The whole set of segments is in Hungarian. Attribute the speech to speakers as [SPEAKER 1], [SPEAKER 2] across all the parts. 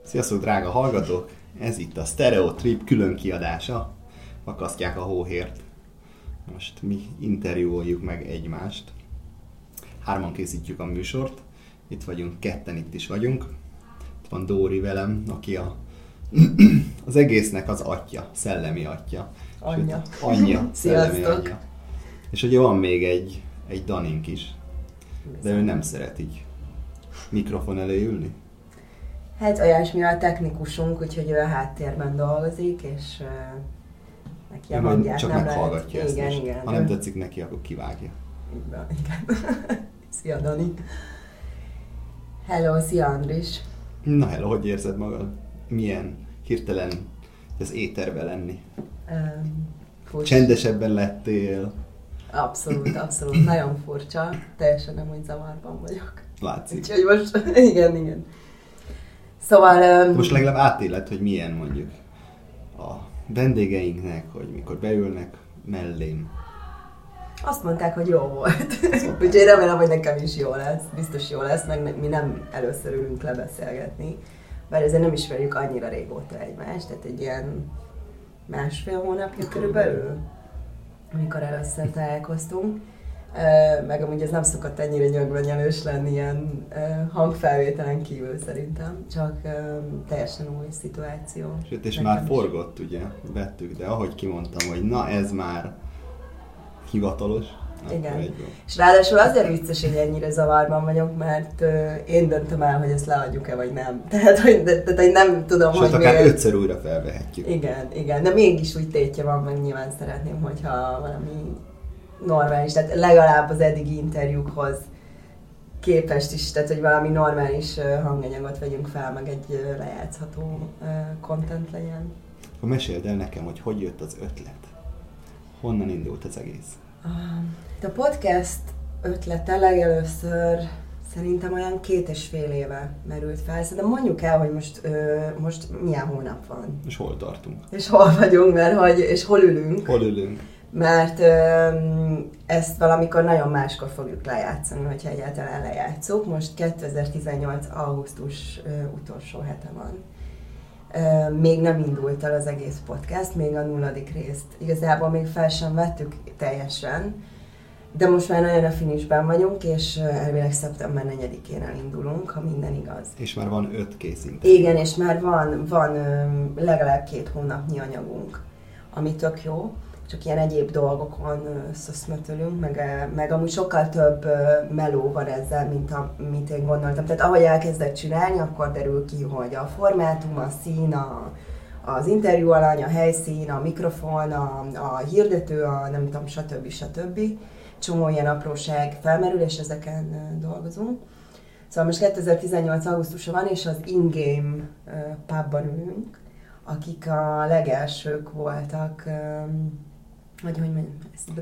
[SPEAKER 1] Sziasztok, drága hallgatók! Ez itt a Stereotrip külön kiadása. Akasztják a hóhért. Most mi interjúoljuk meg egymást. Hárman készítjük a műsort. Itt vagyunk, ketten itt is vagyunk. Itt van Dóri velem, aki az egésznek az atya, szellemi atya.
[SPEAKER 2] Anyja.
[SPEAKER 1] Anyja, szellemi anyja. És ugye van még egy Danink is. De ő nem szeret így mikrofon elé ülni.
[SPEAKER 2] Hát olyasmi a technikusunk, úgyhogy ő a háttérben dolgozik, és neki a hangját
[SPEAKER 1] csak
[SPEAKER 2] nem
[SPEAKER 1] meghallgatja
[SPEAKER 2] lehet.
[SPEAKER 1] ezt
[SPEAKER 2] Igen,
[SPEAKER 1] most.
[SPEAKER 2] igen.
[SPEAKER 1] Ha nem tetszik neki, akkor kivágja.
[SPEAKER 2] Igen. Szia Dani! Hello, szia Andris!
[SPEAKER 1] Na hello, hogy érzed magad? Milyen hirtelen az éterbe lenni? Csendesebben lettél?
[SPEAKER 2] Abszolút. Nagyon furcsa. Teljesen nem úgy zavarban vagyok.
[SPEAKER 1] Látszik.
[SPEAKER 2] Úgyhogy most, igen. Szóval...
[SPEAKER 1] Most legalább átéled, hogy milyen mondjuk a vendégeinknek, hogy mikor beülnek mellém.
[SPEAKER 2] Azt mondták, hogy jó volt. Úgyhogy remélem, hogy nekem is jó lesz. Biztos jó lesz, meg mi nem először ülünk lebeszélgetni. Bár ezért nem ismerjük annyira régóta egymást, tehát egy ilyen 1,5 hónapja körülbelül, amikor először találkoztunk. Meg amúgy ez nem szokott ennyire nyögvenyelős lenni ilyen hangfelvételen kívül szerintem, csak teljesen új szituáció.
[SPEAKER 1] Sőt, és már forgott, ugye, vettük, de ahogy kimondtam, hogy na ez már hivatalos.
[SPEAKER 2] Igen. És ráadásul azért vicces, hogy ennyire zavarban vagyok, mert én döntöm el, hogy ezt leadjuk-e vagy nem. Tehát, hogy nem tudom,
[SPEAKER 1] sőt,
[SPEAKER 2] hogy
[SPEAKER 1] akár
[SPEAKER 2] miért...
[SPEAKER 1] 5-ször újra felvehetjük.
[SPEAKER 2] Igen, de mégis úgy tétje van, meg nyilván szeretném, hogyha valami normális, tehát legalább az eddigi interjúkhoz képest is, tehát hogy valami normális hanganyagot vegyünk fel, meg egy lejátszható content legyen.
[SPEAKER 1] Meséld el nekem, hogy jött az ötlet? Honnan indult az egész?
[SPEAKER 2] A podcast ötlete legelőször szerintem olyan 2,5 éve merült fel. Szerintem mondjuk el, hogy most milyen hónap van.
[SPEAKER 1] És hol tartunk?
[SPEAKER 2] És hol vagyunk, és hol ülünk.
[SPEAKER 1] Hol ülünk?
[SPEAKER 2] Mert ezt valamikor nagyon máskor fogjuk lejátszani, hogyha egyáltalán lejátszuk. Most 2018. augusztus utolsó hete van. Még nem indult el az egész podcast, még a 0. részt. Igazából még fel sem vettük teljesen, de most már nagyon a finishben vagyunk, és elvileg szeptember 4-én elindulunk, ha minden igaz.
[SPEAKER 1] És már van 5 kész interjú.
[SPEAKER 2] Igen, és már van legalább 2 hónapnyi anyagunk, ami tök jó. Csak ilyen egyéb dolgokon szöszmötölünk, meg amúgy sokkal több meló van ezzel, mint én gondoltam. Tehát ahogy elkezdett csinálni, akkor derül ki, hogy a formátum, a szín, az interjú alany, a helyszín, a mikrofon, a hirdető, a nem tudom, stb. Csomó ilyen apróság felmerül, és ezeken dolgozunk. Szóval most 2018. augusztusa van, és az In-Game pubban ülünk, akik a legelsők voltak, vagy hogy mondjam,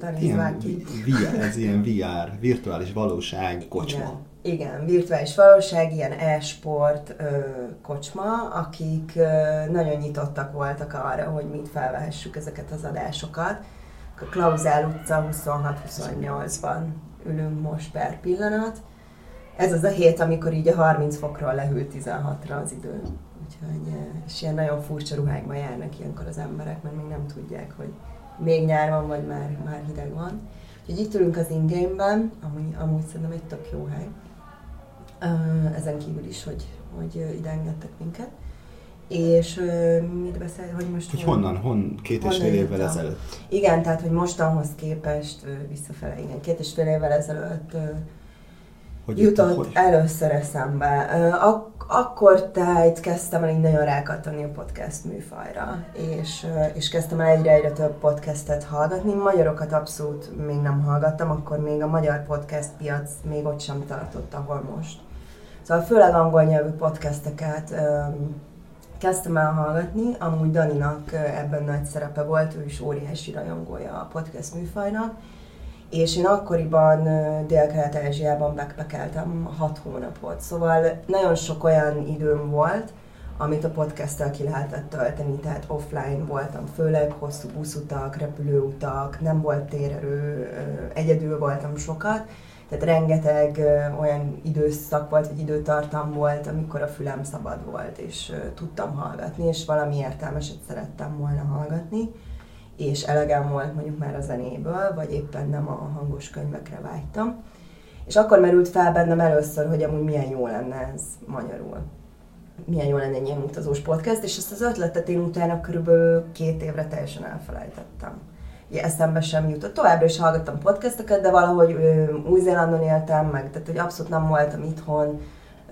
[SPEAKER 1] ez ilyen VR, virtuális valóság kocsma.
[SPEAKER 2] Igen, virtuális valóság, ilyen e-sport kocsma, akik nagyon nyitottak voltak arra, hogy mit felvehessük ezeket az adásokat. A Klauzál utca 26-28-ban ülünk most per pillanat. Ez az a hét, amikor így a 30 fokról lehűlt 16-ra az idő. Úgyhogy, és ilyen nagyon furcsa ruhákban járnak ilyenkor az emberek, mert még nem tudják, hogy még nyár van, vagy már hideg van. Úgyhogy itt ülünk az In-Game-ben, amúgy szerintem egy tök jó hely. Ezen kívül is, hogy ide engedtek minket. És mit beszél, hogy most...
[SPEAKER 1] Hogy honnan 2,5 évvel ezelőtt?
[SPEAKER 2] Igen, tehát, hogy mostanhoz képest visszafele, igen, 2,5 évvel ezelőtt jutott először eszembe. Akkor tehát kezdtem el így nagyon rákattani a podcast műfajra, és kezdtem el egyre több podcastet hallgatni. Magyarokat abszolút még nem hallgattam, akkor még a magyar podcast piac még ott sem tartott, ahol most. Szóval főleg angol nyelvű podcasteket kezdtem el hallgatni, amúgy Daninak ebben nagy szerepe volt, ő is óriási rajongója a podcast műfajnak. És én akkoriban Dél-Kelet-Ázsiában backpackeltem 6 hónapot, szóval nagyon sok olyan időm volt, amit a podcasttel ki lehetett tölteni, tehát offline voltam, főleg hosszú buszutak, repülőutak, nem volt térerő, egyedül voltam sokat, Tehát rengeteg olyan időszak volt, vagy időtartam volt, amikor a fülem szabad volt, és tudtam hallgatni, és valami értelmeset szerettem volna hallgatni, és elegem volt mondjuk már a zenéből, vagy éppen nem a hangos könyvekre vágytam. És akkor merült fel bennem először, hogy amúgy milyen jó lenne ez magyarul. Milyen jó lenne egy ilyen utazós podcast, és ezt az ötletet én utána körülbelül 2 évre teljesen elfelejtettem. Eszembe sem jutott. Továbbra is hallgattam podcasteket, de valahogy Új-Zélandon éltem meg, tehát hogy abszolút nem voltam itthon,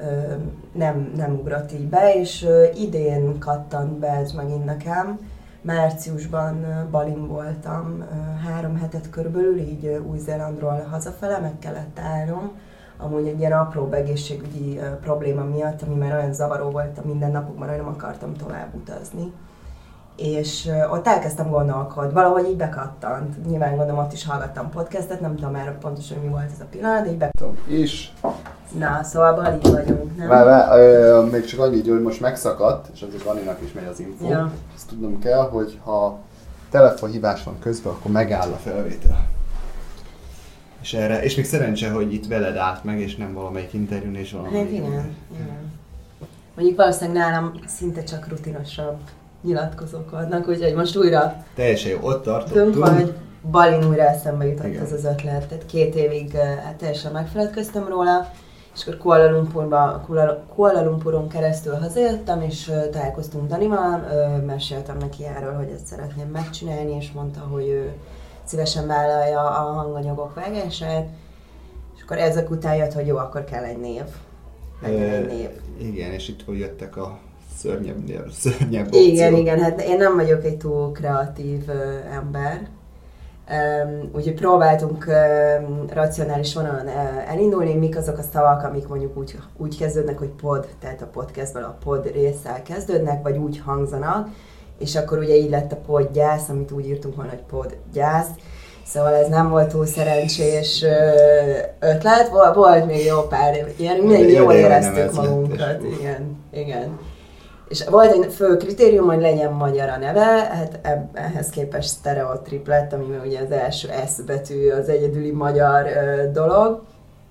[SPEAKER 2] nem ugrott így be, és idén kattant be ez megint nekem. Márciusban Balin voltam 3 hetet körülbelül, így Új-Zélandról hazafele, meg kellett állnom. Amúgy egy ilyen apró egészségügyi probléma miatt, ami már olyan zavaró volt a mindennapokban, hogy nem akartam tovább utazni. És ott elkezdtem gondolkodni, valahogy így bekattant. Nyilván gondolom, ott is hallgattam podcastet, nem tudom már pontosan, mi volt ez a pillanat, de így bekattant.
[SPEAKER 1] És?
[SPEAKER 2] Na, szóval Balin vagyunk, nem?
[SPEAKER 1] Még csak annyi, hogy most megszakadt, és azért Aninak is megy az info. Ja. Ezt tudnom kell, hogy ha telefonhívás van közben, akkor megáll a felvétel. És még szerencse, hogy itt veled állt meg, és nem valamelyik interjún és valamelyik.
[SPEAKER 2] Hát igen. Mondjuk valószínűleg nálam szinte csak rutinosabb nyilatkozók vannak, úgyhogy most újra
[SPEAKER 1] teljesen jó, ott tartottunk.
[SPEAKER 2] Hogy Balin újra eszembe jutott ez az ötlet. Tehát 2 évig teljesen megfeledkeztem róla, és akkor Kuala Lumpuron keresztül hazajöttem, és találkoztunk Danival, meséltem neki erről, hogy ezt szeretném megcsinálni, és mondta, hogy ő szívesen vállalja a hanganyagok vágását, és akkor ezek után jött, hogy jó, akkor kell egy név.
[SPEAKER 1] Igen, és itt jöttek a szörnyebb opciók.
[SPEAKER 2] Igen, hát én nem vagyok egy túl kreatív ember, úgyhogy próbáltunk racionális vonalon elindulni, mik azok a szavak, amik mondjuk úgy kezdődnek, hogy pod, tehát a podcastből a pod résszel kezdődnek, vagy úgy hangzanak, és akkor ugye így lett a podgyász, amit úgy írtunk volna, hogy podgyász. Szóval ez nem volt túl szerencsés ötlet, volt még jó pár ilyen, mindig jól éreztük magunkat. Igen. És volt egy fő kritérium, hogy legyen magyar a neve, hát ehhez képest Stereotrip lett, ami ugye az első S betű, az egyedüli magyar dolog,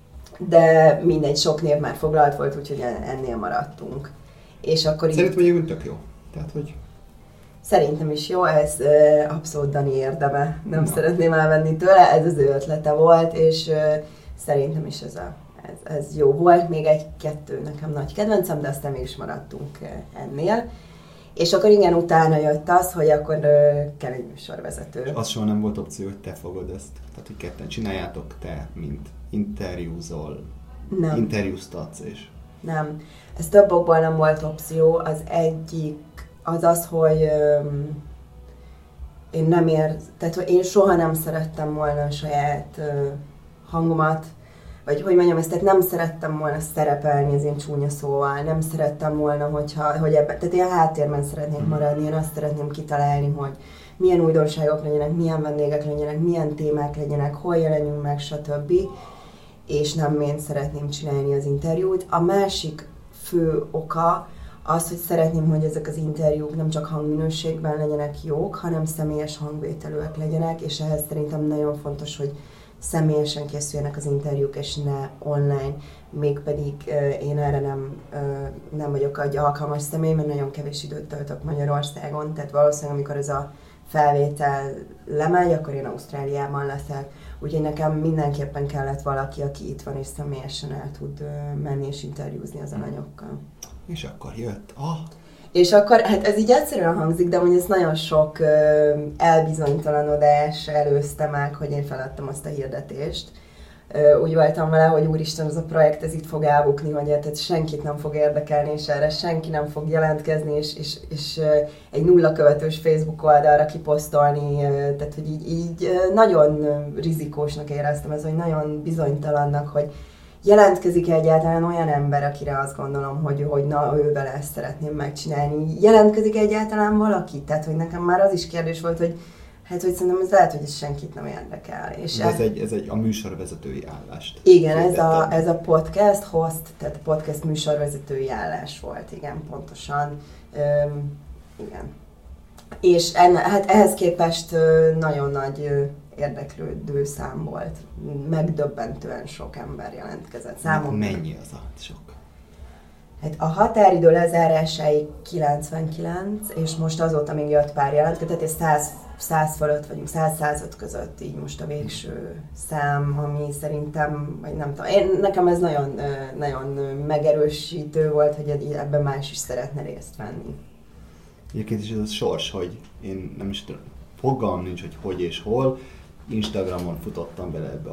[SPEAKER 2] de mindegy, sok név már foglalt volt, úgyhogy ennél maradtunk. És akkor
[SPEAKER 1] szerintem egyébként tök jó. Tehát, hogy...
[SPEAKER 2] Szerintem is jó, ez abszolút Dani érdeme, nem szeretném elvenni tőle, ez az ő ötlete volt, és szerintem is ez jó volt. Még 1-2 nekem nagy kedvencem, de aztán mégis maradtunk ennél. És akkor igen, utána jött az, hogy akkor kell egy műsorvezető.
[SPEAKER 1] És az soha nem volt opció, hogy te fogod ezt, tehát hogy ketten csináljátok, te, mint interjúzol, interjúztatsz és...
[SPEAKER 2] Nem, ez több okból nem volt opció, az egyik az, hogy tehát hogy én soha nem szerettem volna a saját hangomat, vagy hogy mondjam ezt, tehát nem szerettem volna szerepelni az én csúnya szóval, nem szerettem volna, hogy ebben, tehát én a háttérben szeretnék maradni, én azt szeretném kitalálni, hogy milyen újdonságok legyenek, milyen vendégek legyenek, milyen témák legyenek, hol jelenjünk meg, stb. És nem én szeretném csinálni az interjút. A másik fő oka az, hogy szeretném, hogy ezek az interjúk nem csak hangminőségben legyenek jók, hanem személyes hangvételűek legyenek, és ehhez szerintem nagyon fontos, hogy személyesen készüljenek az interjúk, és ne online. Mégpedig én erre nem vagyok egy alkalmas személy, mert nagyon kevés időt töltök Magyarországon, tehát valószínűleg amikor ez a felvétel lemegy, akkor én Ausztráliában leszek. Úgyhogy nekem mindenképpen kellett valaki, aki itt van, és személyesen el tud menni és interjúzni az alanyokkal.
[SPEAKER 1] És akkor jött
[SPEAKER 2] És akkor, hát ez így egyszerűen hangzik, de mondjuk ez nagyon sok elbizonytalanodás előzte meg, hogy én feladtam azt a hirdetést. Úgy voltam vele, hogy úristen, ez a projekt ez itt fog elbukni, hogy tehát senkit nem fog érdekelni, és erre senki nem fog jelentkezni, és egy 0 követős Facebook oldalra kiposztolni, tehát hogy így nagyon rizikósnak éreztem ez, hogy nagyon bizonytalannak, hogy jelentkezik egyáltalán olyan ember, akire azt gondolom, hogy na, ővel ezt szeretném megcsinálni. Jelentkezik egyáltalán valaki? Tehát, hogy nekem már az is kérdés volt, hogy hát, hogy szerintem ez lehet, hogy ez senkit nem érdekel. És
[SPEAKER 1] ez egy a műsorvezetői állást.
[SPEAKER 2] Igen, ez a podcast host, tehát podcast műsorvezetői állás volt, igen, pontosan. Igen. És hát ehhez képest nagyon nagy érdeklődő szám volt. Megdöbbentően sok ember jelentkezett számomra.
[SPEAKER 1] Mennyi az a sok?
[SPEAKER 2] Hát a határidő lezárásáig 99, és most azóta még jött pár jelentkezett, és 100 fölött vagyunk, 100-105 között így most a végső szám, ami szerintem, vagy nem tudom, nekem ez nagyon, nagyon megerősítő volt, hogy ebben más is szeretne részt venni.
[SPEAKER 1] Egyébként is ez a sors, hogy én nem is tudom, fogalmam nincs, hogy és hol, Instagramon futottam bele ebbe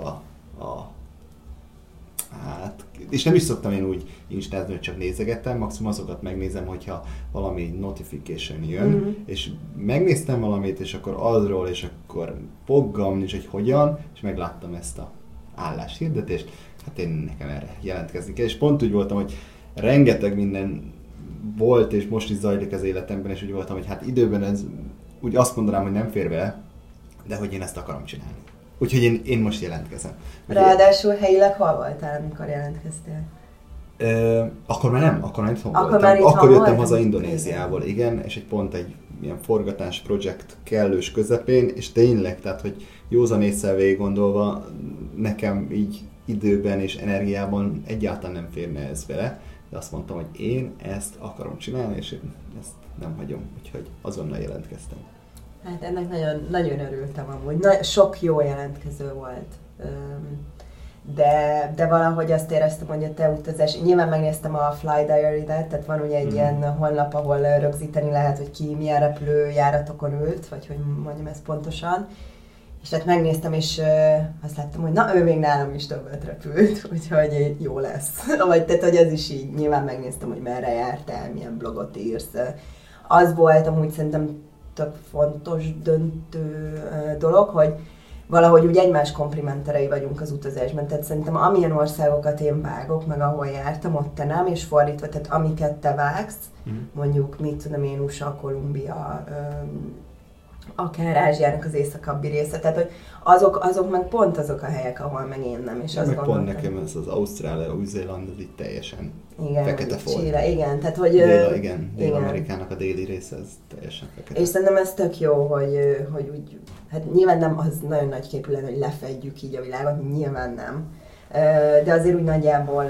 [SPEAKER 1] hát, és nem is szoktam én úgy instázni, hogy csak nézegettem, maximum azokat megnézem, hogyha valami notification jön, és megnéztem valamit, és akkor azról, és akkor fogalmam nincs, hogy hogyan, és megláttam ezt a álláshirdetést, hát én nekem erre jelentkezni kell, és pont úgy voltam, hogy rengeteg minden volt, és most is zajlik az életemben, és úgy voltam, hogy hát időben ez, úgy azt mondanám, hogy nem fér bele, de hogy én ezt akarom csinálni. Úgyhogy én most jelentkezem.
[SPEAKER 2] Ráadásul helyileg hol voltál, amikor jelentkeztél?
[SPEAKER 1] Akkor már nem itthon
[SPEAKER 2] voltam.
[SPEAKER 1] Akkor jöttem haza Indonéziából, igen, és pont egy ilyen forgatás projekt kellős közepén, és tényleg, tehát, hogy józan ésszel végig gondolva, nekem így időben és energiában egyáltalán nem férne ez bele, de azt mondtam, hogy én ezt akarom csinálni, és én ezt nem hagyom, úgyhogy azonnal jelentkeztem.
[SPEAKER 2] Hát ennek nagyon, nagyon örültem amúgy. Sok jó jelentkező volt. De valahogy azt éreztem, hogy a te utazás... Nyilván megnéztem a Fly Diary-det, tehát van ugye egy ilyen honlap, ahol rögzíteni lehet, hogy ki milyen repülőjáratokon ült, vagy hogy mondjam ezt pontosan. És hát megnéztem, és azt láttam, hogy na, ő még nálam is többet repült, úgyhogy jó lesz. Vagy tehát, hogy ez is így, nyilván megnéztem, hogy merre jártál, milyen blogot írsz. Az volt amúgy szerintem tök fontos, döntő dolog, hogy valahogy úgy egymás komplimenterei vagyunk az utazásban. Tehát szerintem amilyen országokat én vágok, meg ahol jártam, ott te nem, és fordítva, tehát amiket te vágsz, mondjuk, mit tudom én, USA, Kolumbia, akár Ázsiának az északabbi része, tehát hogy azok meg pont azok a helyek, ahol meg én nem. És azt
[SPEAKER 1] pont nekem ez az Ausztrália, Új-Zéland, ez itt teljesen fekete folt.
[SPEAKER 2] Chile, igen, tehát hogy...
[SPEAKER 1] Dél-Amerikának a déli része, ez teljesen fekete.
[SPEAKER 2] És szerintem ez tök jó, hogy úgy, hát nyilván nem az nagyon nagy képű lenne, hogy lefedjük így a világot, nyilván nem. De azért úgy nagyjából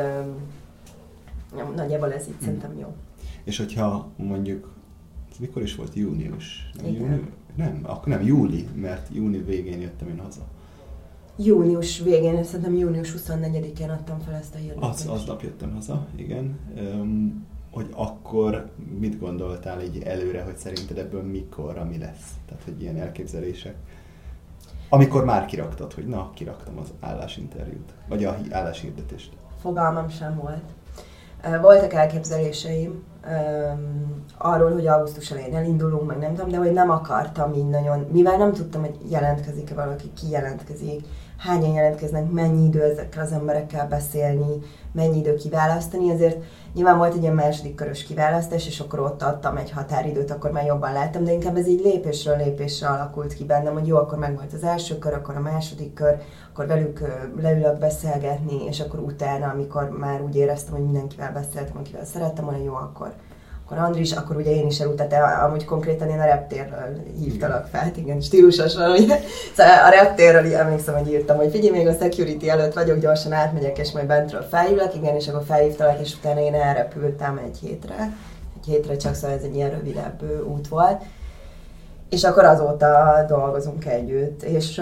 [SPEAKER 2] ez így szerintem jó.
[SPEAKER 1] És hogyha mondjuk, mikor is volt? Június?
[SPEAKER 2] Igen.
[SPEAKER 1] Nem, júli, mert júni végén jöttem én haza.
[SPEAKER 2] Június végén, szerintem június 24-én adtam fel ezt a hirdetést.
[SPEAKER 1] Aznap jöttem haza, igen. Hogy akkor mit gondoltál így előre, hogy szerinted ebből mikorra mi lesz? Tehát, hogy ilyen elképzelések. Amikor már kiraktad, hogy na, kiraktam az állásinterjút, vagy a álláshirdetést.
[SPEAKER 2] Fogalmam sem volt. Voltak elképzeléseim arról, hogy augusztus elején elindulunk, meg nem tudom, de hogy nem akartam így nagyon, mivel nem tudtam, hogy jelentkezik-e valaki, ki jelentkezik, hányan jelentkeznek, mennyi idő ezekkel az emberekkel beszélni, mennyi idő kiválasztani, ezért nyilván volt egy ilyen második körös kiválasztás, és akkor ott adtam egy határidőt, akkor már jobban láttam, de inkább ez így lépésről lépésre alakult ki bennem, hogy jó, akkor megvolt az első kör, akkor a második kör, akkor velük leülök beszélgetni, és akkor utána, amikor már úgy éreztem, hogy mindenkivel beszéltem, akivel szerettem volna, jó, akkor Andris, akkor ugye én is elutáltam, amúgy konkrétan én a reptérről hívtalak fel, igen, stílusosan, ugye. Szóval a reptérről emlékszem, hogy írtam, hogy figyelj, még a security előtt vagyok, gyorsan átmegyek, és majd bentről felhívlak, igen, és akkor felhívtalak, és utána én elrepültem egy hétre csak, szóval ez egy ilyen rövidebb út volt. És akkor azóta dolgozunk együtt, és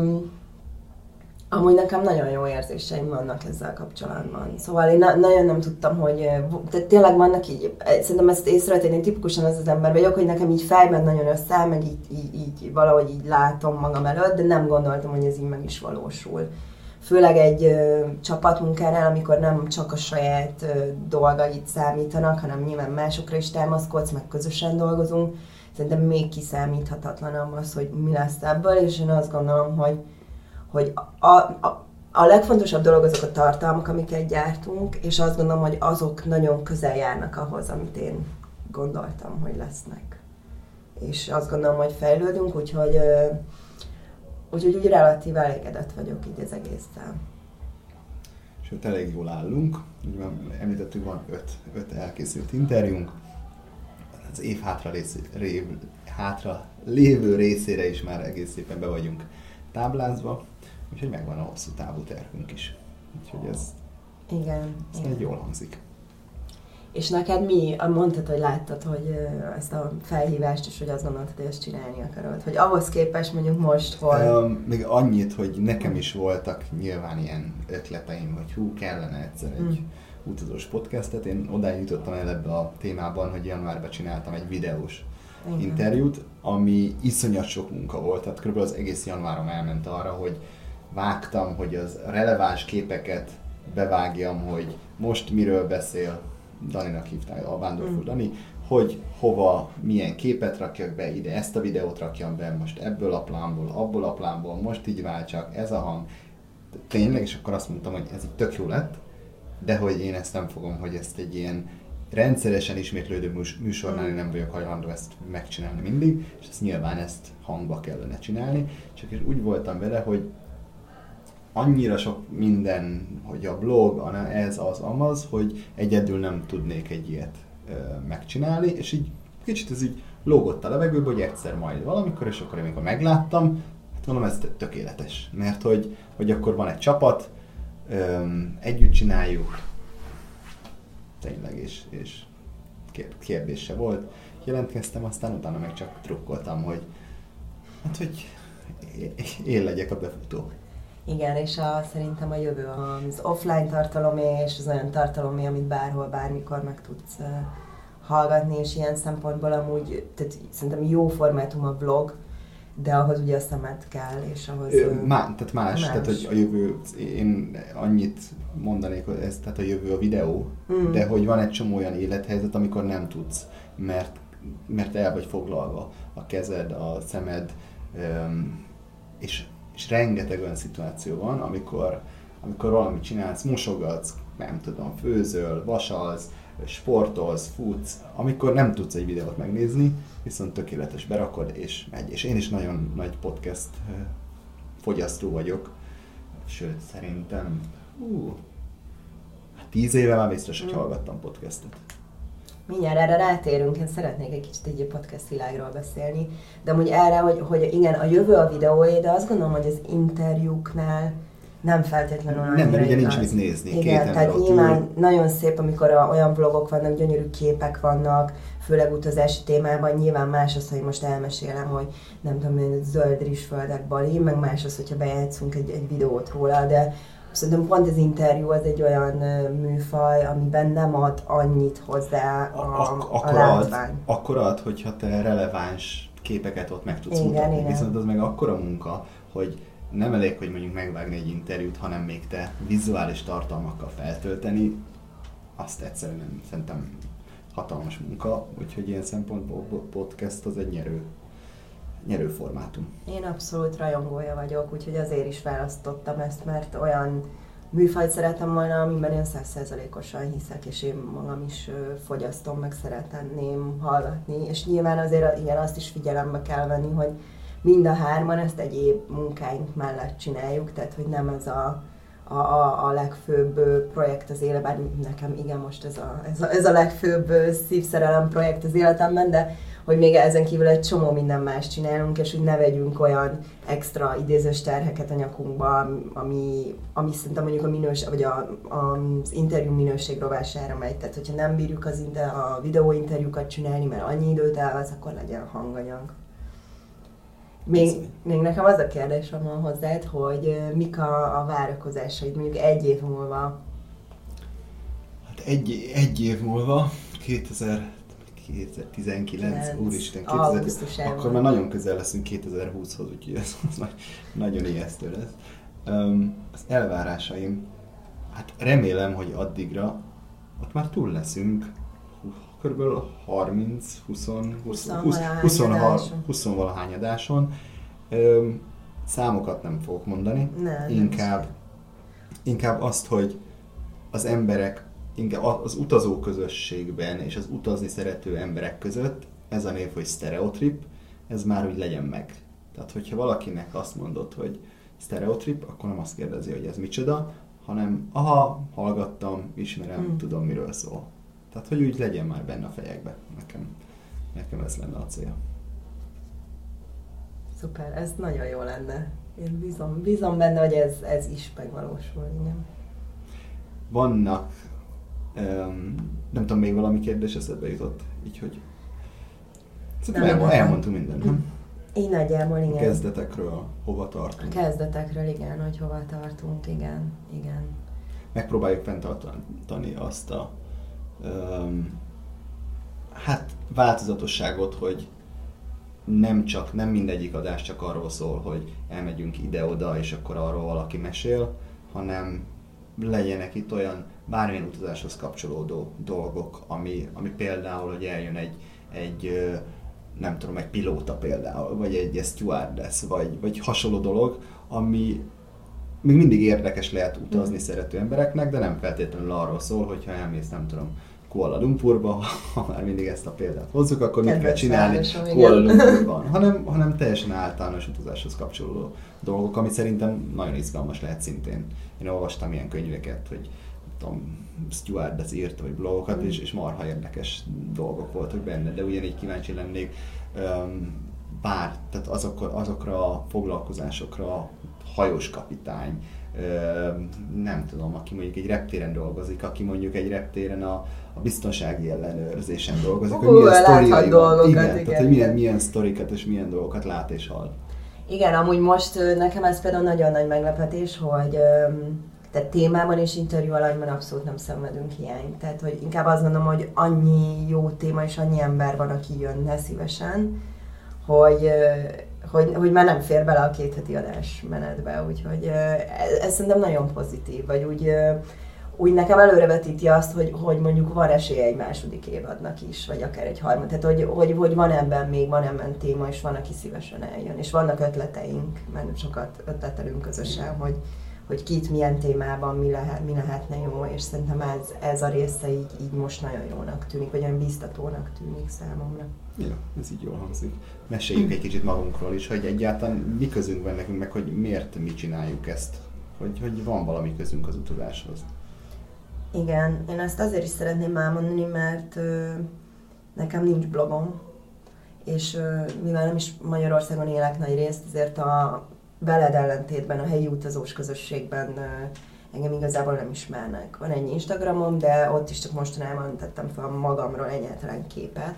[SPEAKER 2] amúgy nekem nagyon jó érzéseim vannak ezzel kapcsolatban. Szóval én nagyon nem tudtam, hogy tényleg vannak így, szerintem ezt észrevettem, én tipikusan az ember vagyok, hogy nekem így fejben nagyon összeáll, meg így valahogy így látom magam előtt, de nem gondoltam, hogy ez így meg is valósul. Főleg egy csapatmunkánál, amikor nem csak a saját dolgaid számítanak, hanem nyilván másokra is támaszkodsz, meg közösen dolgozunk. Szerintem még kiszámíthatatlanabb az, hogy mi lesz ebből, és én azt gondolom, hogy a legfontosabb dolog azok a tartalmak, amiket gyártunk, és azt gondolom, hogy azok nagyon közel járnak ahhoz, amit én gondoltam, hogy lesznek. És azt gondolom, hogy fejlődünk, úgyhogy úgy relatív elégedett vagyok így az egésszel.
[SPEAKER 1] Sőt, elég jól állunk. Említettük, van 5 elkészült interjúnk. Az év hátra lévő részére is már egész szépen be vagyunk táblázva, úgyhogy megvan a hosszú távú tervünk is. Úgyhogy ez egy jól hangzik.
[SPEAKER 2] És neked mi? Mondtad, hogy láttad, hogy ezt a felhívást, és hogy azt gondoltad, hogy ezt csinálni akarod. Hogy ahhoz képest mondjuk most, hol...
[SPEAKER 1] Még annyit, hogy nekem is voltak nyilván ilyen ötleteim, hogy kellene egyszer egy utazós podcastet. Én odáig jutottam el ebbe a témában, hogy januárban csináltam egy videós interjút, ami iszonyat sok munka volt. Tehát kb. Az egész januárom elment arra, hogy vágtam, hogy az releváns képeket bevágjam, hogy most miről beszél, Daninak hívták, a Vándorfúr Dani, hogy hova, milyen képet rakjak be ide, ezt a videót rakjam be, most ebből a plánból, abból a plánból, most így váltsak, ez a hang. Tényleg, és akkor azt mondtam, hogy ez így tök jó lett, de hogy én ezt nem fogom, hogy ezt egy ilyen rendszeresen ismétlődő műsornál nem vagyok hajlandó ezt megcsinálni mindig, és nyilván ezt hangba kellene csinálni, csak úgy voltam vele, hogy annyira sok minden, hogy a blog, ez az amaz, hogy egyedül nem tudnék egy ilyet megcsinálni, és így kicsit ez így lógott a levegőbe, hogy egyszer majd valamikor, és akkor amikor megláttam, hát mondom, ez tökéletes, mert hogy akkor van egy csapat, együtt csináljuk, tényleg, és kérdés se volt. Jelentkeztem, aztán utána meg csak trukkoltam, hogy hát, hogy én legyek a befutó.
[SPEAKER 2] Igen, és szerintem a jövő az offline tartalomé, és az olyan tartalomé, amit bárhol, bármikor meg tudsz hallgatni, és ilyen szempontból amúgy, tehát szerintem jó formátum a vlog, de ahhoz ugye a szemed kell, és ahhoz...
[SPEAKER 1] Tehát más, tehát hogy a jövő, én annyit mondanék, hogy ez, tehát a jövő a videó, de hogy van egy csomó olyan élethelyzet, amikor nem tudsz, mert el vagy foglalva a kezed, a szemed, és rengeteg olyan szituáció van, amikor valamit csinálsz, mosogatsz, nem tudom, főzöl, vasalsz, sportolsz, futsz, amikor nem tudsz egy videót megnézni, viszont tökéletes, berakod és megy. És én is nagyon nagy podcast fogyasztó vagyok, sőt szerintem 10 éve már biztos, hogy hallgattam podcastet.
[SPEAKER 2] Mindjárt erre rátérünk, én szeretnék egy kicsit egy podcast világról beszélni, de amúgy erre, hogy igen, a jövő a videóé, de azt gondolom, hogy az interjúknál nem feltétlenül
[SPEAKER 1] nem, mert ugye nincs mit nézni.
[SPEAKER 2] Igen, tehát nyilván nagyon szép, amikor olyan vlogok vannak, gyönyörű képek vannak, főleg utazási témában, nyilván más az, hogy most elmesélem, hogy nem tudom, zöld rizsföldek Bali, meg más az, hogyha bejátszunk egy videót róla, de szerintem pont az interjú az egy olyan műfaj, amiben nem ad annyit hozzá a látvány.
[SPEAKER 1] Akkor ad, hogyha te releváns képeket ott meg tudsz mutatni. Igen. Viszont az meg akkora munka, hogy nem elég, hogy mondjuk megvágni egy interjút, hanem még te vizuális tartalmakkal feltölteni, azt egyszerűen nem, szerintem hatalmas munka, úgyhogy ilyen szempontból podcast az egy nyerő formátum.
[SPEAKER 2] Én abszolút rajongója vagyok, úgyhogy azért is választottam ezt, mert olyan műfajt szeretem volna, amiben én 100%-osan hiszek, és én magam is fogyasztom, meg szeretném hallgatni, és nyilván azért igen, azt is figyelembe kell venni, hogy mind a hárman ezt egyéb munkáink mellett csináljuk, tehát hogy nem ez a legfőbb projekt az életben, nekem igen, most ez a legfőbb szívszerelem projekt az életemben, de hogy még ezen kívül egy csomó minden más csinálunk, és hogy ne vegyünk olyan extra idézős terheket a nyakunkba, ami szerintem mondjuk az interjú minőség rovására megy. Tehát, hogyha nem bírjuk a videóinterjúkat csinálni, mert annyi időt elvesz, akkor legyen hanganyag. Még nekem az a kérdésem van hozzád, hogy mik a várakozásaid mondjuk egy év múlva?
[SPEAKER 1] Hát egy év múlva, 2019, úristen, akkor már nagyon közel leszünk 2020-hoz, úgyhogy ez nagyon ijesztő lesz. Az elvárásaim, hát remélem, hogy addigra ott már túl leszünk, körülbelül 20 valahány adáson. Számokat nem fogok mondani, inkább azt, hogy az emberek, inkább az utazó közösségben és az utazni szerető emberek között ez a név, hogy Stereotrip, ez már úgy legyen meg. Tehát, hogyha valakinek azt mondod, hogy Stereotrip, akkor nem azt kérdezi, hogy ez micsoda, hanem hallgattam, ismerem, tudom, miről szól. Tehát, hogy úgy legyen már benne a fejekbe. Nekem ez lenne a cél.
[SPEAKER 2] Szuper, ez nagyon jó lenne. Én bízom benne, hogy ez is megvalósul, igen.
[SPEAKER 1] Vannak, nem tudom, még valami kérdés eszedbe jutott, így hogy szerintem elmondtunk mindent, nem?
[SPEAKER 2] Így nagyjából, igen.
[SPEAKER 1] A kezdetekről, hova tartunk.
[SPEAKER 2] A kezdetekről, igen, hogy hova tartunk, igen.
[SPEAKER 1] Megpróbáljuk fenntartani azt a változatosságot, hogy nem mindegyik adás csak arról szól, hogy elmegyünk ide-oda, és akkor arról valaki mesél, hanem legyenek itt olyan bármilyen utazáshoz kapcsolódó dolgok, ami például, hogy eljön egy nem tudom, egy pilóta például, vagy egy stewardess, vagy hasonló dolog, ami még mindig érdekes lehet utazni szerető embereknek, de nem feltétlenül arról szól, hogyha elmész, nem tudom, Kuala Lumpurba, ha már mindig ezt a példát hozzuk, akkor mit kell csinálni Kuala Lumpurban, hanem teljesen általános utazáshoz kapcsolódó dolgok, ami szerintem nagyon izgalmas lehet szintén. Én olvastam ilyen könyveket, hogy stewardess írta, vagy blogokat, és marha érdekes dolgok voltak benne, de ugyanígy kíváncsi lennék tehát azokra a foglalkozásokra, hajós kapitány, nem tudom, aki mondjuk egy reptéren dolgozik, aki mondjuk egy reptéren a biztonsági ellenőrzésen dolgozik, hogy milyen sztoriai van. Igen, tehát hogy milyen sztorikat és milyen dolgokat lát és hall.
[SPEAKER 2] Igen, amúgy most nekem ez például nagyon nagy meglepetés, hogy tehát témában és interjú alanyban abszolút nem szenvedünk hiányt. Tehát, hogy inkább azt gondolom, hogy annyi jó téma és annyi ember van, aki jönne szívesen, hogy már nem fér bele a 2 heti adás menetbe, úgyhogy ez szerintem nagyon pozitív, vagy úgy nekem előrevetíti azt, hogy mondjuk van esélye egy második évadnak is, vagy akár egy harmad, tehát hogy van ebben téma, és van, aki szívesen eljön, és vannak ötleteink, mert nem sokat ötletelünk közösen, hogy kit milyen témában mi lehetne jó, és szerintem ez a része így most nagyon jónak tűnik, vagy olyan bíztatónak tűnik számomra.
[SPEAKER 1] Ja, ez így jól hangzik. Meséljünk egy kicsit magunkról is, hogy egyáltalán mi közünk van nekünk, meg hogy miért mi csináljuk ezt, hogy van valami közünk az utazáshoz.
[SPEAKER 2] Igen, én ezt azért is szeretném elmondani, mert nekem nincs blogom, és mivel nem is Magyarországon élek nagy részt, ezért a veled ellentétben a helyi utazós közösségben engem igazából nem ismernek. Van egy Instagramom, de ott is csak mostanában tettem fel magamról egyáltalán képet.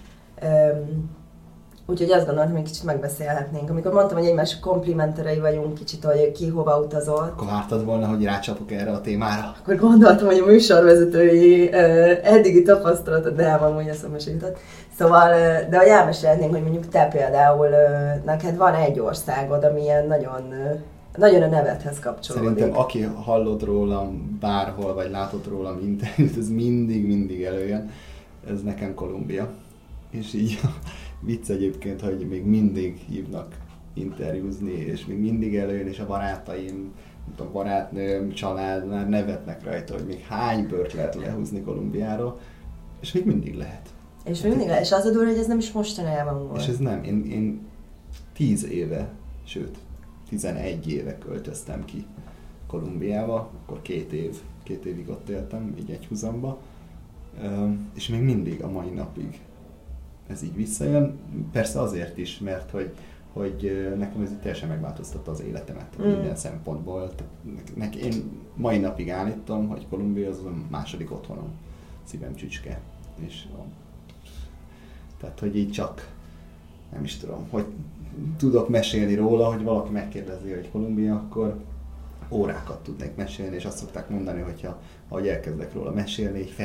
[SPEAKER 2] Úgyhogy azt gondoltam, hogy kicsit megbeszélhetnénk. Amikor mondtam, hogy egymás komplimenterei vagyunk, kicsit, hogy ki hova utazott.
[SPEAKER 1] Akkor vártad volna, hogy rácsapok erre a témára?
[SPEAKER 2] Akkor gondoltam, hogy a műsorvezetői eddigi tapasztalatot, de amúgy eszembe jutott. Szóval, de hogy elmesélhetnénk, hogy mondjuk te például, neked van egy országod, ami ilyen nagyon a nevedhez kapcsolódik.
[SPEAKER 1] Szerintem aki hallott rólam bárhol, vagy látott rólam interjút, ez mindig előjön. Ez nekem Kolumbia. És így vicc egyébként, hogy még mindig hívnak interjúzni, és még mindig előjön, és a barátaim, a barátnőm, család már nevetnek rajta, hogy még hány bört lehet lehúzni Kolumbiáról, és még mindig lehet.
[SPEAKER 2] És még mindig lehet, és az a durva, hogy ez nem is mostanában volt.
[SPEAKER 1] És ez nem, én 10 éve, sőt 11 éve költöztem ki Kolumbiába, akkor 2 évig ott éltem, így egy húzamba, és még mindig a mai napig ez így visszajön. Persze azért is, mert hogy nekem ez teljesen megváltoztatta az életemet minden szempontból. Én mai napig állítom, hogy Kolumbia az a második otthonom, szívem csücske. És, tehát, hogy így csak, nem is tudom, hogy tudok mesélni róla, hogy valaki megkérdezi, hogy Kolumbia, akkor órákat tudnék mesélni, és azt szokták mondani, hogyha ahogy elkezdek róla mesélni, így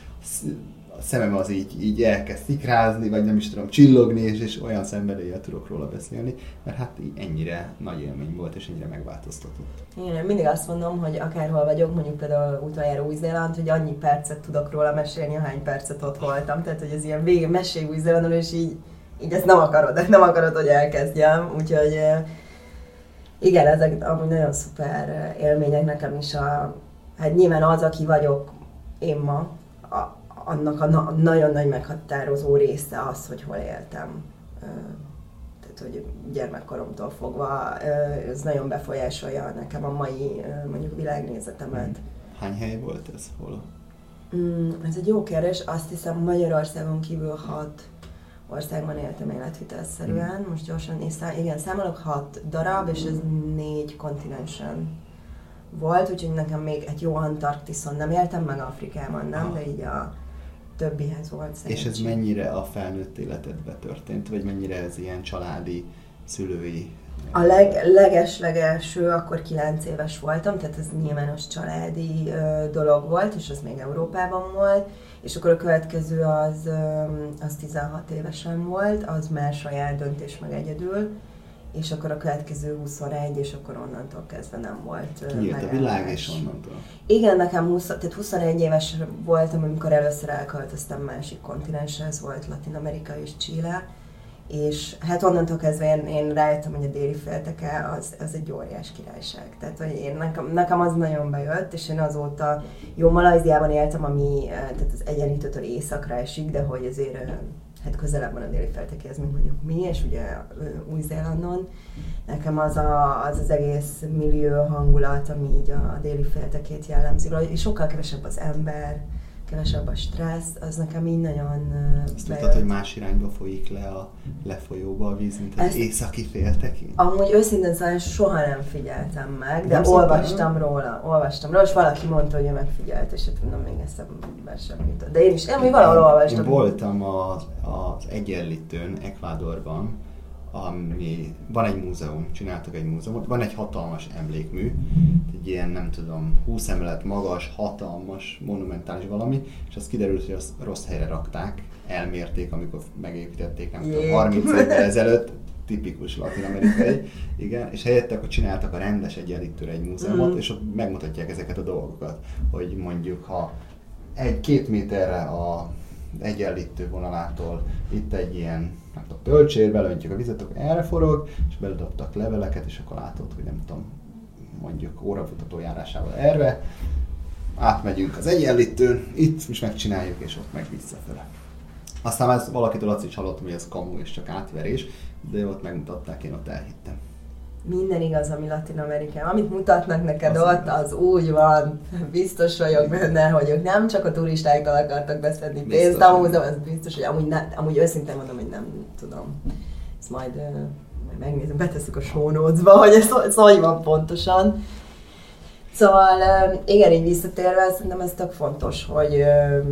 [SPEAKER 1] a szemem az így elkezd szikrázni, vagy nem is tudom, csillogni, és olyan szenvedéllyel tudok róla beszélni, mert hát így ennyire nagy élmény volt, és ennyire megváltoztatott.
[SPEAKER 2] Én mindig azt mondom, hogy akárhol vagyok, mondjuk például utoljára Új-Zéland, hogy annyi percet tudok róla mesélni, ahány percet ott voltam. Tehát, hogy ez ilyen végig mesélj Új-Zélandról, és így ezt nem akarod, hogy elkezdjem. Úgyhogy igen, ezek amúgy nagyon szuper élmények nekem is. Hát nyilván az, aki vagyok én ma, annak a nagyon nagy meghatározó része az, hogy hol éltem. Tehát, hogy gyermekkoromtól fogva ez nagyon befolyásolja nekem a mai mondjuk világnézetemet.
[SPEAKER 1] Hány hely volt ez? Hol?
[SPEAKER 2] Ez egy jó kérdés. Azt hiszem Magyarországon kívül országban éltem életvitelszerűen. Most gyorsan igen, számolok 6 darab, és ez 4 kontinensen volt, úgyhogy nekem még egy jó Antarktiszon nem éltem, meg Afrikában nem, de így a többihez volt szerencsém.
[SPEAKER 1] És ez mennyire a felnőtt életedben történt, vagy mennyire ez ilyen családi, szülői?
[SPEAKER 2] A legeslegelső, akkor 9 éves voltam, tehát ez nyilvános családi dolog volt, és az még Európában volt, és akkor a következő az 16 évesen volt, az már saját döntés meg egyedül, és akkor a következő 21, és akkor onnantól kezdve nem volt
[SPEAKER 1] nyílt a világ, és onnantól?
[SPEAKER 2] Igen, nekem tehát 21 éves voltam, amikor először elköltöztem másik kontinensre, ez volt Latin Amerika és Chile, és hát onnantól kezdve én rájöttem, hogy a déli félteke az egy óriás királyság. Tehát, hogy nekem az nagyon bejött, és én azóta jó Malajziában éltem, ami tehát az Egyenlítőtől északra esik, de hogy azért hát közelebb van a déli féltekéhez, mint mondjuk mi, és ugye Új-Zélandon. Nekem az egész millió hangulat, ami így a déli féltekét jellemzi, és sokkal kevesebb az ember, kevesebb a stressz, az nekem így nagyon
[SPEAKER 1] azt tudtad, hogy más irányba folyik le a lefolyóba a víz, mint az északi féltekén?
[SPEAKER 2] Amúgy őszintén szóval soha nem figyeltem meg, de olvastam róla, és valaki mondta, hogy ő megfigyelt, és hát mondom, még eszembe sem jutott. De én valahol olvastam.
[SPEAKER 1] Én voltam az Egyenlítőn, Ecuadorban, ami van egy múzeum, csináltak egy múzeumot, van egy hatalmas emlékmű, egy ilyen nem tudom, 20 emelet magas, hatalmas, monumentális valami, és az kiderült, hogy azt rossz helyre rakták, elmérték, amikor megépítették, nem tudom, 30 évvel ezelőtt, tipikus latin-amerikai, igen, és helyette akkor csináltak a rendes Egyenlítőre egy múzeumot, és ott megmutatják ezeket a dolgokat, hogy mondjuk ha 1-2 méterre a Egyenlítő vonalától itt egy ilyen, nem tudom, tölcsér, belöntjük a vizet, akkor erre forog, és beledobtak leveleket, és akkor látod, hogy nem tudom, mondjuk órafutató járásával erre, átmegyünk az Egyenlítőn, itt most megcsináljuk, és ott meg visszafele. Aztán ezt valakitől azt is hallottam, hogy ez kamu és csak átverés, de ott megmutatták, én ott elhittem.
[SPEAKER 2] Minden igaz, ami Latin Amerikában. Amit mutatnak neked ott, az úgy van. Biztos vagyok benne, hogy ők nem csak a turistáktól akartak beszedni pénzt, de az biztos, hogy amúgy őszintén mondom, hogy nem tudom. Ezt majd megnézem, betesszük a show notes-ba, hogy ez hogy van pontosan. Szóval igen, így visszatérve, szerintem ez tök fontos, hogy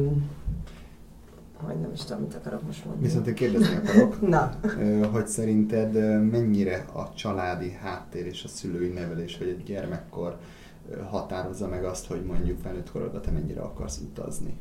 [SPEAKER 2] nem is tudom, mit akarok most mondani.
[SPEAKER 1] Viszont én kérdezni akarok,
[SPEAKER 2] Na.
[SPEAKER 1] Hogy szerinted mennyire a családi háttér és a szülői nevelés, vagy egy gyermekkor határozza meg azt, hogy mondjuk felnőtt korodban te mennyire akarsz utazni?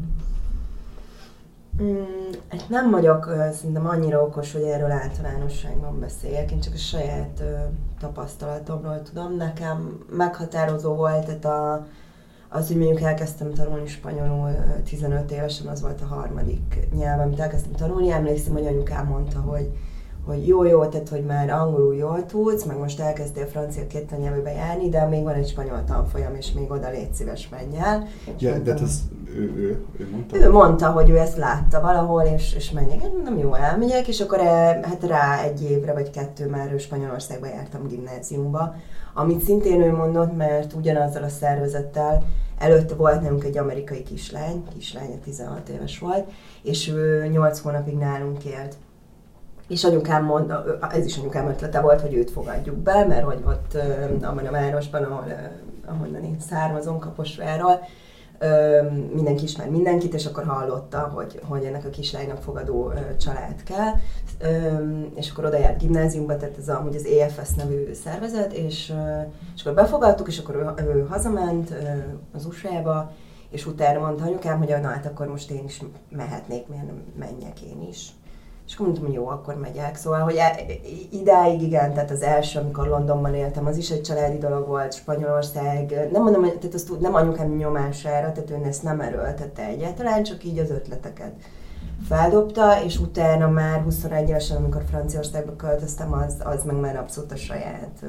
[SPEAKER 2] Nem vagyok szerintem annyira okos, hogy erről általánosságban beszéljek, én csak a saját tapasztalatomról tudom. Nekem meghatározó volt, tehát az, hogy mondjuk elkezdtem tanulni spanyolul 15 évesen, az volt a harmadik nyelv, amit elkezdtem tanulni. Emlékszem, hogy anyukám mondta, hogy jó, tehát hogy már angolul jól tudsz, meg most elkezdtél francia 2 nyelvűbe járni, de még van egy spanyol tanfolyam, és még oda légy szíves, menj el.
[SPEAKER 1] Ja, de ez ő mondta?
[SPEAKER 2] Ő mondta, hogy ő ezt látta valahol, és menjek. Nem jó, elmegyek, és akkor hát rá 1 évre vagy 2 már Spanyolországba jártam gimnáziumba, amit szintén ő mondott, mert ugyanazzal a szervezettel előtte volt nálunk egy amerikai kislány 16 éves volt, és ő 8 hónapig nálunk élt. És anyukám mondta, ez is anyukám ötlete volt, hogy őt fogadjuk be, mert hogy ott abban a városban, ahonnan én származom, Kaposváról, mindenki ismer mindenkit, és akkor hallotta, hogy ennek a kislánynak fogadó család kell. És akkor oda járt gimnáziumba, tehát ez amúgy az EFS nevű szervezet, és akkor befogadtuk, és akkor ő hazament az USA-ba, és utána mondta anyukám, hogy na hát akkor most én is mehetnék, miért nem menjek én is. És akkor mondtam, hogy jó, akkor megyek. Szóval, hogy idáig igen, tehát az első, amikor Londonban éltem, az is egy családi dolog volt, Spanyolország. Nem mondom, tehát azt nem anyukám nyomására, tehát ő ezt nem erőltette egyáltalán, csak így az ötleteket feldobta, és utána már 21 évesen, amikor Franciaországba költöztem, az meg már abszolút a saját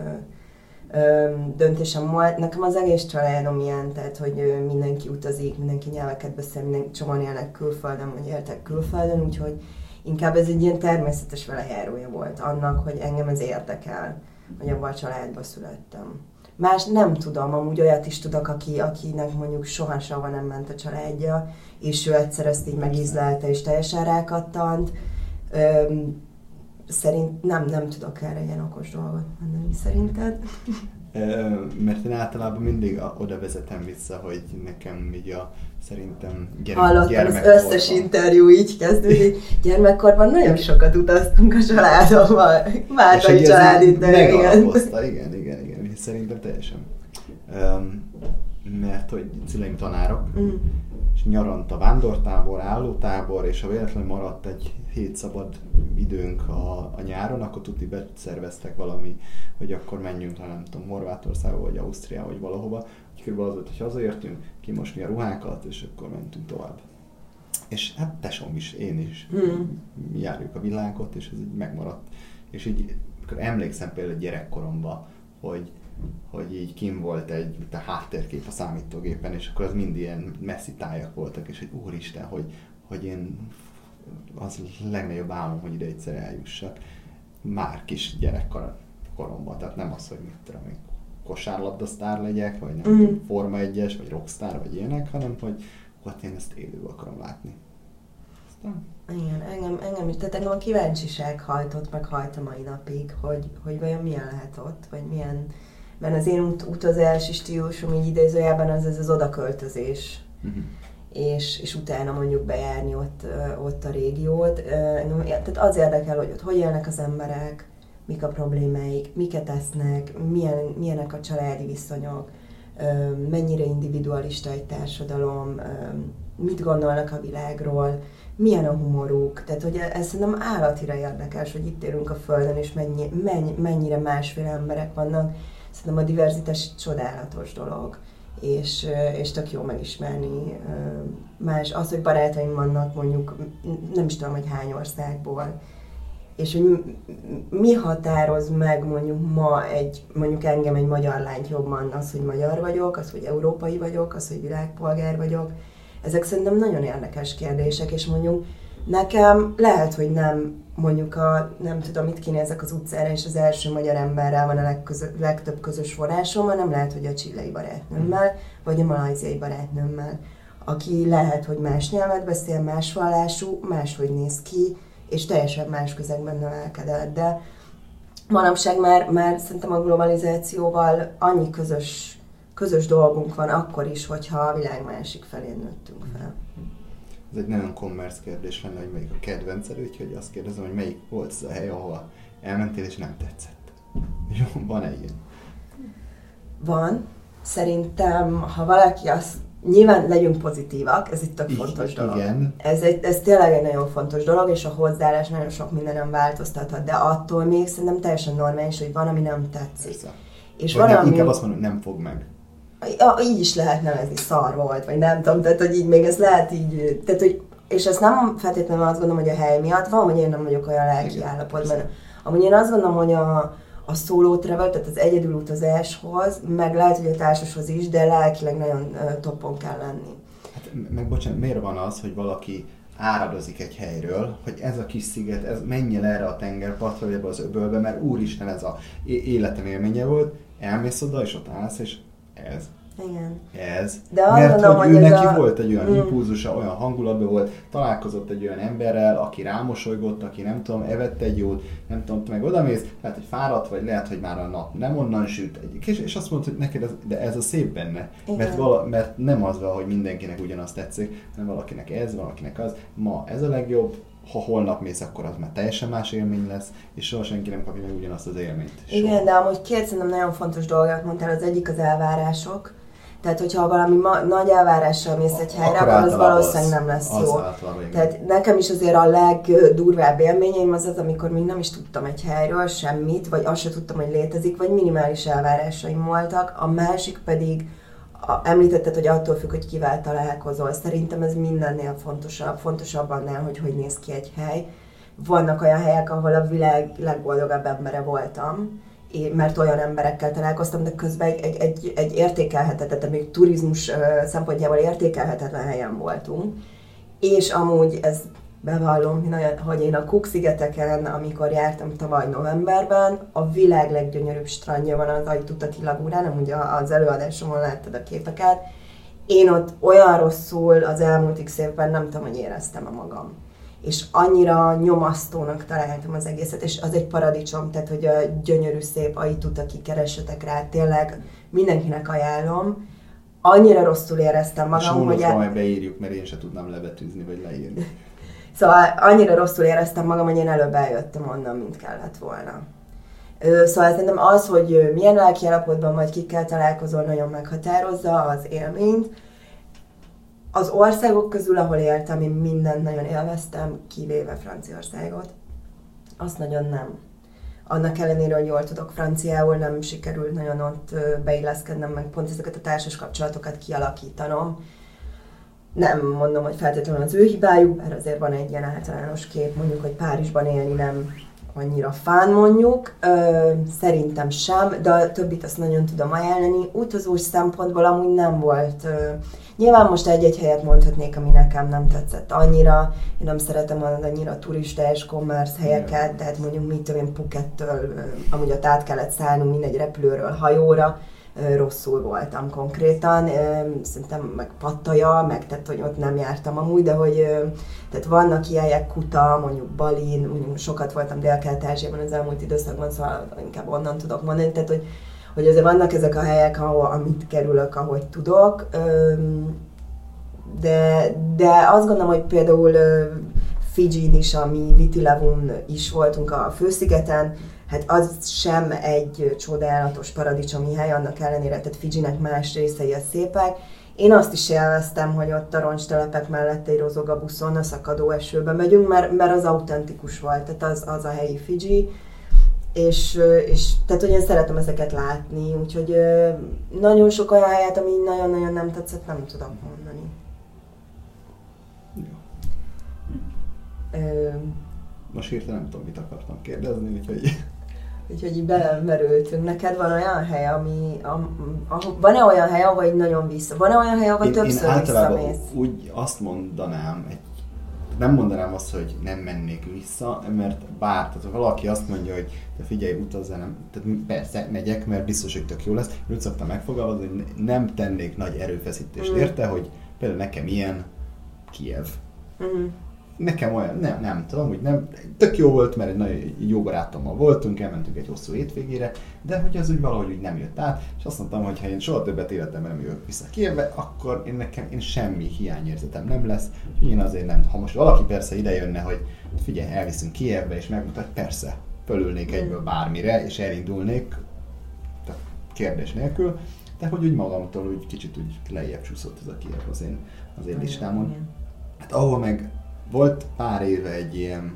[SPEAKER 2] döntésem volt. Nekem az egész családom ilyen, tehát hogy mindenki utazik, mindenki nyelveket beszél, csomóan élnek külföldön, vagy éltek külföldön, úgyhogy inkább ez egy ilyen természetes velejárója volt annak, hogy engem ez érdekel, hogy abban a családban születtem. Más nem tudom, amúgy olyat is tudok, akinek mondjuk soha nem ment a családja, és ő egyszer ezt így megízlelte és teljesen rákattant. Szerint nem tudok erre ilyen okos dolgot mondani, szerinted?
[SPEAKER 1] Mert én általában mindig oda vezetem vissza, hogy nekem így szerintem
[SPEAKER 2] hallottam, az összes interjú így kezdődik. Gyermekkorban nagyon sokat utaztunk a családommal. Mártai családinterjú.
[SPEAKER 1] Megalapozta, igen. Szerintem teljesen. Mert hogy szüleim tanárok, és nyaranta vándortábor, állótábor, és ha véletlenül maradt egy hét szabad időnk a nyáron, akkor tuti beszerveztek valami, hogy akkor menjünk, ha nem tudom, Horvátországba, vagy Ausztriába, vagy valahova. Körülbelül az volt, hogy hazaértünk, kimosni a ruhákat, és akkor mentünk tovább. És hát tesom is, én is járjuk a világot, és ez így megmaradt. És így, akkor emlékszem például gyerekkoromban, hogy így kim volt egy háttérkép a számítógépen, és akkor az mind ilyen messzi tájak voltak, és hogy úristen, hogy én az legnagyobb álmom, hogy ide egyszer eljussak. Már kis gyerekkoromban, tehát nem az, hogy mit tudom én, kosárlabda sztár legyek, vagy nem tudom, Forma 1-es, vagy rockstar, vagy ilyenek, hanem hogy én ezt élőben akarom látni. Aztán...
[SPEAKER 2] Igen, engem is, tehát engem a kíváncsiság hajtott, meg hajt a mai napig, hogy vajon milyen lehet ott, vagy milyen, mert az én utazási stílusom így idézőjelben az odaköltözés, és utána mondjuk bejárni ott a régiót. Tehát az érdekel, hogy élnek az emberek, mik a problémáik, miket esznek, milyenek a családi viszonyok, mennyire individualista egy társadalom, mit gondolnak a világról, milyen a humoruk. Tehát, hogy ez szerintem állatira érdekes, hogy itt élünk a Földön, és mennyire másféle emberek vannak. Szerintem a diverzitás csodálatos dolog, és tök jó megismerni más. Az, hogy barátaim vannak mondjuk, nem is tudom, hogy hány országból, és hogy mi határoz meg mondjuk mondjuk engem egy magyar lányt jobban, az, hogy magyar vagyok, az, hogy európai vagyok, az, hogy világpolgár vagyok. Ezek szerintem nagyon érdekes kérdések, és mondjuk nekem lehet, hogy nem mondjuk nem tudom, mit kinézek az utcára, és az első magyar emberrel van a legtöbb közös forrásom, hanem lehet, hogy a chilei barátnőmmel, vagy a malajziai barátnőmmel, aki lehet, hogy más nyelvet beszél, más vallású, máshogy néz ki, és teljesen más közegben növelkedett. De manapság már szerintem a globalizációval annyi közös dolgunk van akkor is, hogyha a világ másik felén nőttünk fel.
[SPEAKER 1] Ez egy nagyon kommersz kérdés lenne, hogy melyik a kedvenced, úgyhogy azt kérdezem, hogy melyik volt az a hely, ahol elmentél és nem tetszett. Jó, van-e ilyen?
[SPEAKER 2] Van. Szerintem, ha valaki azt... Nyilván legyünk pozitívak, ez itt tök fontos dolog.
[SPEAKER 1] Igen.
[SPEAKER 2] Ez tényleg egy nagyon fontos dolog, és a hozzáállás nagyon sok mindenem változtathat, de attól még szerintem teljesen normális, hogy van, ami nem tetszik.
[SPEAKER 1] Persze.
[SPEAKER 2] És
[SPEAKER 1] vagy valami... inkább azt mondom, hogy nem fog meg.
[SPEAKER 2] Így is lehet nevezni, szar volt, vagy nem tudom, tehát hogy így még ez lehet így, tehát hogy, és ezt nem feltétlenül azt gondolom, hogy a hely miatt van, hogy én nem vagyok olyan lelki állapotban. Amúgy én azt gondolom, hogy a solo travel, tehát az egyedül utazáshoz, meg lehet, hogy a társashoz is, de lelkileg nagyon toppon kell lenni.
[SPEAKER 1] Hát meg bocsánat, miért van az, hogy valaki áradozik egy helyről, hogy ez a kis sziget, ez menjen erre a tengerpartra, vagy ebbe az öbölbe, mert úristen, ez a életem élménye volt, elmész oda, és ott állsz, és ez.
[SPEAKER 2] Igen.
[SPEAKER 1] Ez.
[SPEAKER 2] De
[SPEAKER 1] mert
[SPEAKER 2] mondom,
[SPEAKER 1] hogy ő neki volt egy olyan impulzusa, olyan hangulatban volt, találkozott egy olyan emberrel, aki rámosolygott, aki nem tudom, evett egy jót, nem tudom, te meg odamész, lehet, hogy fáradt vagy, lehet, hogy már a nap nem onnan süt, és azt mondod, hogy neked de ez a szép benne. Mert nem az van, hogy mindenkinek ugyanazt tetszik, hanem valakinek ez, valakinek az. Ma ez a legjobb, ha holnap mész, akkor az már teljesen más élmény lesz, és soha senki nem kapja meg ugyanazt az élményt. Soha.
[SPEAKER 2] Igen, de amúgy két szerintem nagyon fontos dolgot mondtál, az egyik az elvárások. Tehát, hogyha valami nagy elvárással mész egy helyre, akkor az valószínűleg nem lesz jó. Tehát nekem is azért a legdurvább élményeim az, amikor még nem is tudtam egy helyről semmit, vagy azt sem tudtam, hogy létezik, vagy minimális elvárásaim voltak. A másik pedig, említetted, hogy attól függ, hogy kivel találkozol. Szerintem ez mindennél fontosabb annál, hogy néz ki egy hely. Vannak olyan helyek, ahol a világ legboldogabb embere voltam, mert olyan emberekkel találkoztam, de közben egy értékelhetetlen, még turizmus szempontjából értékelhetetlen helyen voltunk. És amúgy ez bevallom, hogy én a Cook-szigeteken, amikor jártam tavaly novemberben, a világ leggyönyörűbb strandja van az Aitutaki lagúnán, amúgy az előadásomon láttad a képeket. Én ott olyan rosszul az elmúlt x évben nem tudom, hogy éreztem a magam. és annyira nyomasztónak találtam az egészet, és az egy paradicsom, tehát hogy a gyönyörű szép Aituta, kikeressetek rá, tényleg mindenkinek ajánlom. Annyira rosszul éreztem magam,
[SPEAKER 1] hogy... A majd beírjuk, mert én se tudnám lebetűzni, vagy leírni.
[SPEAKER 2] Szóval annyira rosszul éreztem magam, hogy én előbb eljöttem onnan, mint kellett volna. Szóval szerintem az, hogy milyen lelkiállapotban vagy kikkel találkozol, nagyon meghatározza az élményt. Az országok közül, ahol éltem, én mindent nagyon élveztem, kivéve Franciaországot. Azt nagyon nem. Annak ellenére, hogy jól tudok franciául, nem sikerült nagyon ott beilleszkednem, meg pont ezeket a társas kapcsolatokat kialakítanom. Nem mondom, hogy feltétlenül az ő hibájuk, mert azért van egy ilyen általános kép, mondjuk, hogy Párizsban élni nem annyira fán mondjuk, szerintem sem, de a többit azt nagyon tudom ajánlani. Utazós szempontból amúgy nem volt. Nyilván most egy-egy helyet mondhatnék, ami nekem nem tetszett annyira. Én nem szeretem annyira turistás, commerce helyeket, tehát mondjuk mit tudom én Phukettől, amúgy ott át kellett szállnunk mindegy repülőről hajóra, rosszul voltam konkrétan, szerintem meg Pattaja, meg tehát, hogy ott nem jártam amúgy, de hogy tehát vannak ilyen helyek, Kuta, mondjuk Balin, mondjuk sokat voltam Dél-Kelet-Ázsiában az elmúlt időszakban, szóval inkább onnan tudok mondani, tehát hogy azért vannak ezek a helyek, amit kerülök, ahogy tudok, de azt gondolom, hogy például Fidzsin is, ami Viti Levun is voltunk a főszigeten, hát az sem egy csodálatos paradicsomi hely, annak ellenére, tehát Fidzsinek más részei a szépek. Én azt is élveztem, hogy ott a roncstelepek mellett egy rozogabuszon a szakadó esőbe megyünk, mert az autentikus volt, tehát az a helyi Fidzsi. És tehát, hogy én szeretem ezeket látni, úgyhogy nagyon sok olyan helyet, ami nagyon-nagyon nem tetszett, nem tudok mondani.
[SPEAKER 1] Most hirtelen nem tudom, mit akartam kérdezni, úgyhogy...
[SPEAKER 2] Úgyhogy így belemerültünk. Neked van olyan hely, van-e olyan hely, ahol nagyon van-e olyan hely, ahol többször visszamész?
[SPEAKER 1] Úgy azt mondanám, nem mondanám azt, hogy nem mennék vissza, mert tehát valaki azt mondja, hogy te figyelj, utazzál, nem, tehát persze megyek, mert biztos, hogy tök jó lesz. Én úgy szoktam megfogalmazni, hogy nem tennék nagy erőfeszítést érte, hogy például nekem ilyen Kijev. Nekem olyan, nem tudom, hogy nem, tök jó volt, mert egy nagyon jó barátommal voltunk, elmentünk egy hosszú hétvégére, de hogy az úgy valahogy úgy nem jött át, és azt mondtam, hogy ha én soha többet életemben nem jövök vissza Kijevbe, akkor én semmi hiányérzetem nem lesz, úgyhogy én azért nem. Ha most valaki persze ide jönne, hogy figyelj, elviszünk Kijevbe, és megmutat, persze, fölülnék egyből bármire, és elindulnék, tehát kérdés nélkül, de hogy úgy magamtól úgy kicsit úgy lejjebb csúszott ez a Kijev az én listámon. Hát ahol meg volt pár éve egy ilyen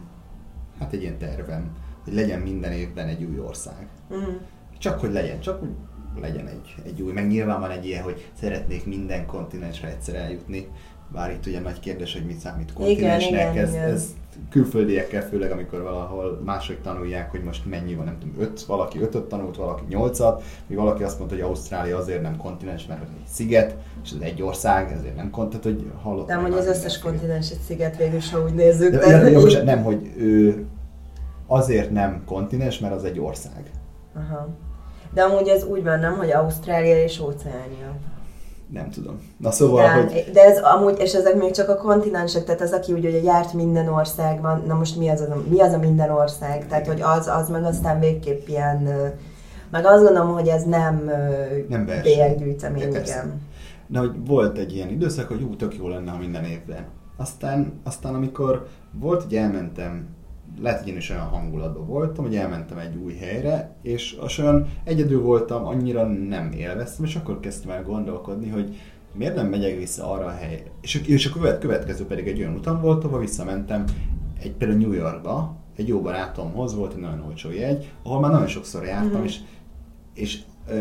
[SPEAKER 1] tervem, hogy legyen minden évben egy új ország. Csak hogy legyen egy új. Meg nyilván van egy ilyen, hogy szeretnék minden kontinensre egyszer eljutni. Bár itt ugye nagy kérdés, hogy mit számít kontinensnek. Ez külföldiekkel, főleg amikor valahol mások tanulják, hogy most mennyi van, nem tudom, valaki 5-öt tanult, valaki 8-at, még valaki azt mondta, hogy Ausztrália azért nem kontinens, mert egy sziget, és ez egy ország, ezért nem kontinens, hogy hallottam.
[SPEAKER 2] Nem, hogy az összes kontinens egy sziget végül, ha úgy nézzük.
[SPEAKER 1] Nem, hogy ő azért nem kontinens, mert az egy ország.
[SPEAKER 2] Aha. De amúgy ez úgy van, nem, hogy Ausztrália és Óceánia.
[SPEAKER 1] Nem tudom. Na szóval, hogy...
[SPEAKER 2] De ez amúgy, és ezek még csak a kontinensek, tehát az, aki úgy, hogy járt minden országban, na most mi az a minden ország? Tehát, hogy az meg aztán végképp ilyen... Meg azt gondolom, hogy ez nem bélyeggyűjtemény, igen.
[SPEAKER 1] Na, hogy volt egy ilyen időszak, hogy tök jó lenne, ha minden évben. Aztán amikor volt, hogy elmentem, lehet, hogy én is olyan hangulatban voltam, hogy elmentem egy új helyre, és olyan egyedül voltam, annyira nem élveztem, és akkor kezdtem el gondolkodni, hogy miért nem megyek vissza arra a helyre. És a következő pedig egy olyan utam volt, ahol visszamentem például New Yorkba, egy jó barátomhoz, volt egy nagyon olcsó jegy, ahol már nagyon sokszor jártam, és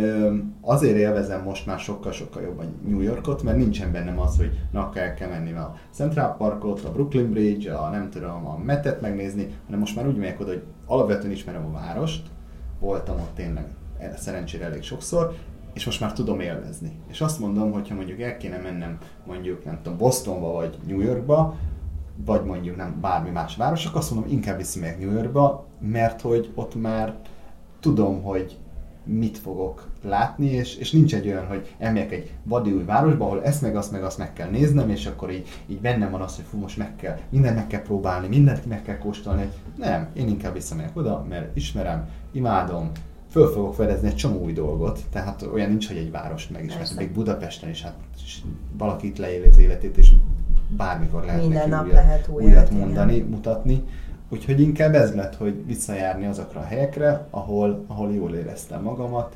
[SPEAKER 1] azért élvezem most már sokkal-sokkal jobban New Yorkot, mert nincsen bennem az, hogy el kell menni a Central Parkot, a Brooklyn Bridge, a Met-et megnézni, hanem most már úgy megyek oda, hogy alapvetően ismerem a várost, voltam ott tényleg szerencsére elég sokszor, és most már tudom élvezni. És azt mondom, hogyha mondjuk el kéne mennem mondjuk, nem tudom, Bostonba vagy New Yorkba, vagy mondjuk nem bármi más város, akkor azt mondom, inkább viszem meg New Yorkba, mert hogy ott már tudom, hogy mit fogok látni, és nincs egy olyan, hogy elmegyek egy vadi új városba, ahol ezt meg azt meg kell néznem, és akkor így bennem van az, hogy fú, most mindent meg kell próbálni, mindent meg kell kóstolni. Nem, én inkább visszamegyek oda, mert ismerem, imádom, föl fogok fedezni egy csomó új dolgot, tehát olyan nincs, hogy egy várost megismertem, még Budapesten is, hát valaki itt leéli az életét, és bármikor lehet
[SPEAKER 2] minden
[SPEAKER 1] neki újat mondani, mutatni. Úgyhogy inkább ez lett, hogy visszajárni azokra a helyekre, ahol jól éreztem magamat,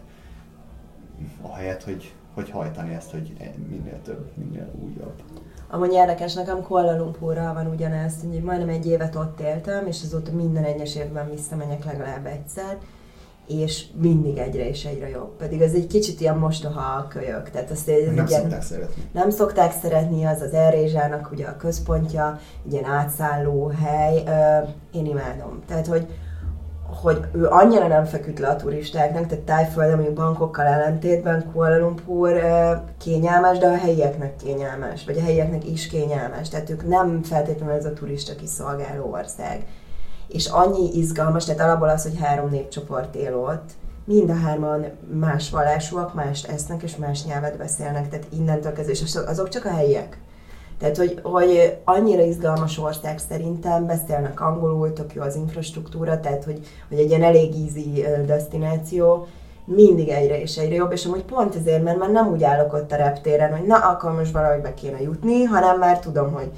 [SPEAKER 1] ahelyett, hogy hajtani ezt, hogy minél több, minél újabb.
[SPEAKER 2] Amúgy érdekes, nekem Kuala Lumpurral van ugyanezt, hogy majdnem egy évet ott éltem, és azóta minden egyes évben visszamegyek legalább egyszer, és mindig egyre és egyre jobb. Pedig ez egy kicsit ilyen mostoha a kölyök. Tehát azt
[SPEAKER 1] szokták szeretni.
[SPEAKER 2] Nem szokták szeretni, az Air-Asiának ugye a központja, egy ilyen átszálló hely. Én imádom. Tehát, hogy ő annyira nem feküdt le a turistáknak, tehát Tájföldön, mondjuk Bangkokkal ellentétben Kuala Lumpur kényelmes, de a helyieknek kényelmes, vagy a helyieknek is kényelmes. Tehát ők nem feltétlenül ez a turista kiszolgáló ország. És annyi izgalmas, tehát alapból az, hogy 3 népcsoport él ott, mind a 3-an más vallásúak, mást esznek és más nyelvet beszélnek, tehát innentől kezdve, és azok csak a helyiek. Tehát, hogy annyira izgalmas ország szerintem, beszélnek angolul, tök jó az infrastruktúra, tehát, hogy egy ilyen elég easy destináció, mindig egyre és egyre jobb, és amúgy pont ezért, mert már nem úgy állok ott a reptéren, hogy na, akkor most valahogy be kéne jutni, hanem már tudom, hogy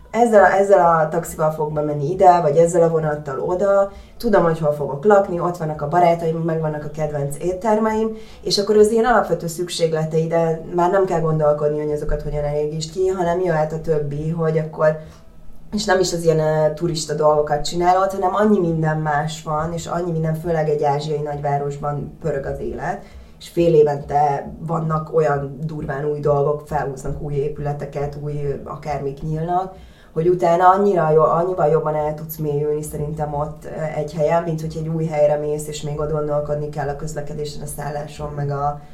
[SPEAKER 2] ezzel a taxival fogok bemenni ide, vagy ezzel a vonattal oda, tudom, hogy hol fogok lakni, ott vannak a barátaim, meg vannak a kedvenc éttermeim, és akkor az ilyen alapvető szükségleteide már nem kell gondolkodni, hogy azokat hogyan elégítsd ki, hanem jöhet a többi, hogy akkor, és nem is az ilyen turista dolgokat csinálod, hanem annyi minden más van, és annyi minden, főleg egy ázsiai nagyvárosban pörög az élet, és fél évente vannak olyan durván új dolgok, felhúznak új épületeket, új akármik nyílnak, hogy utána annyival jobban el tudsz mélyülni szerintem ott egy helyen, mint hogy egy új helyre mész, és még ott gondolkodni kell a közlekedésen, a szálláson, meg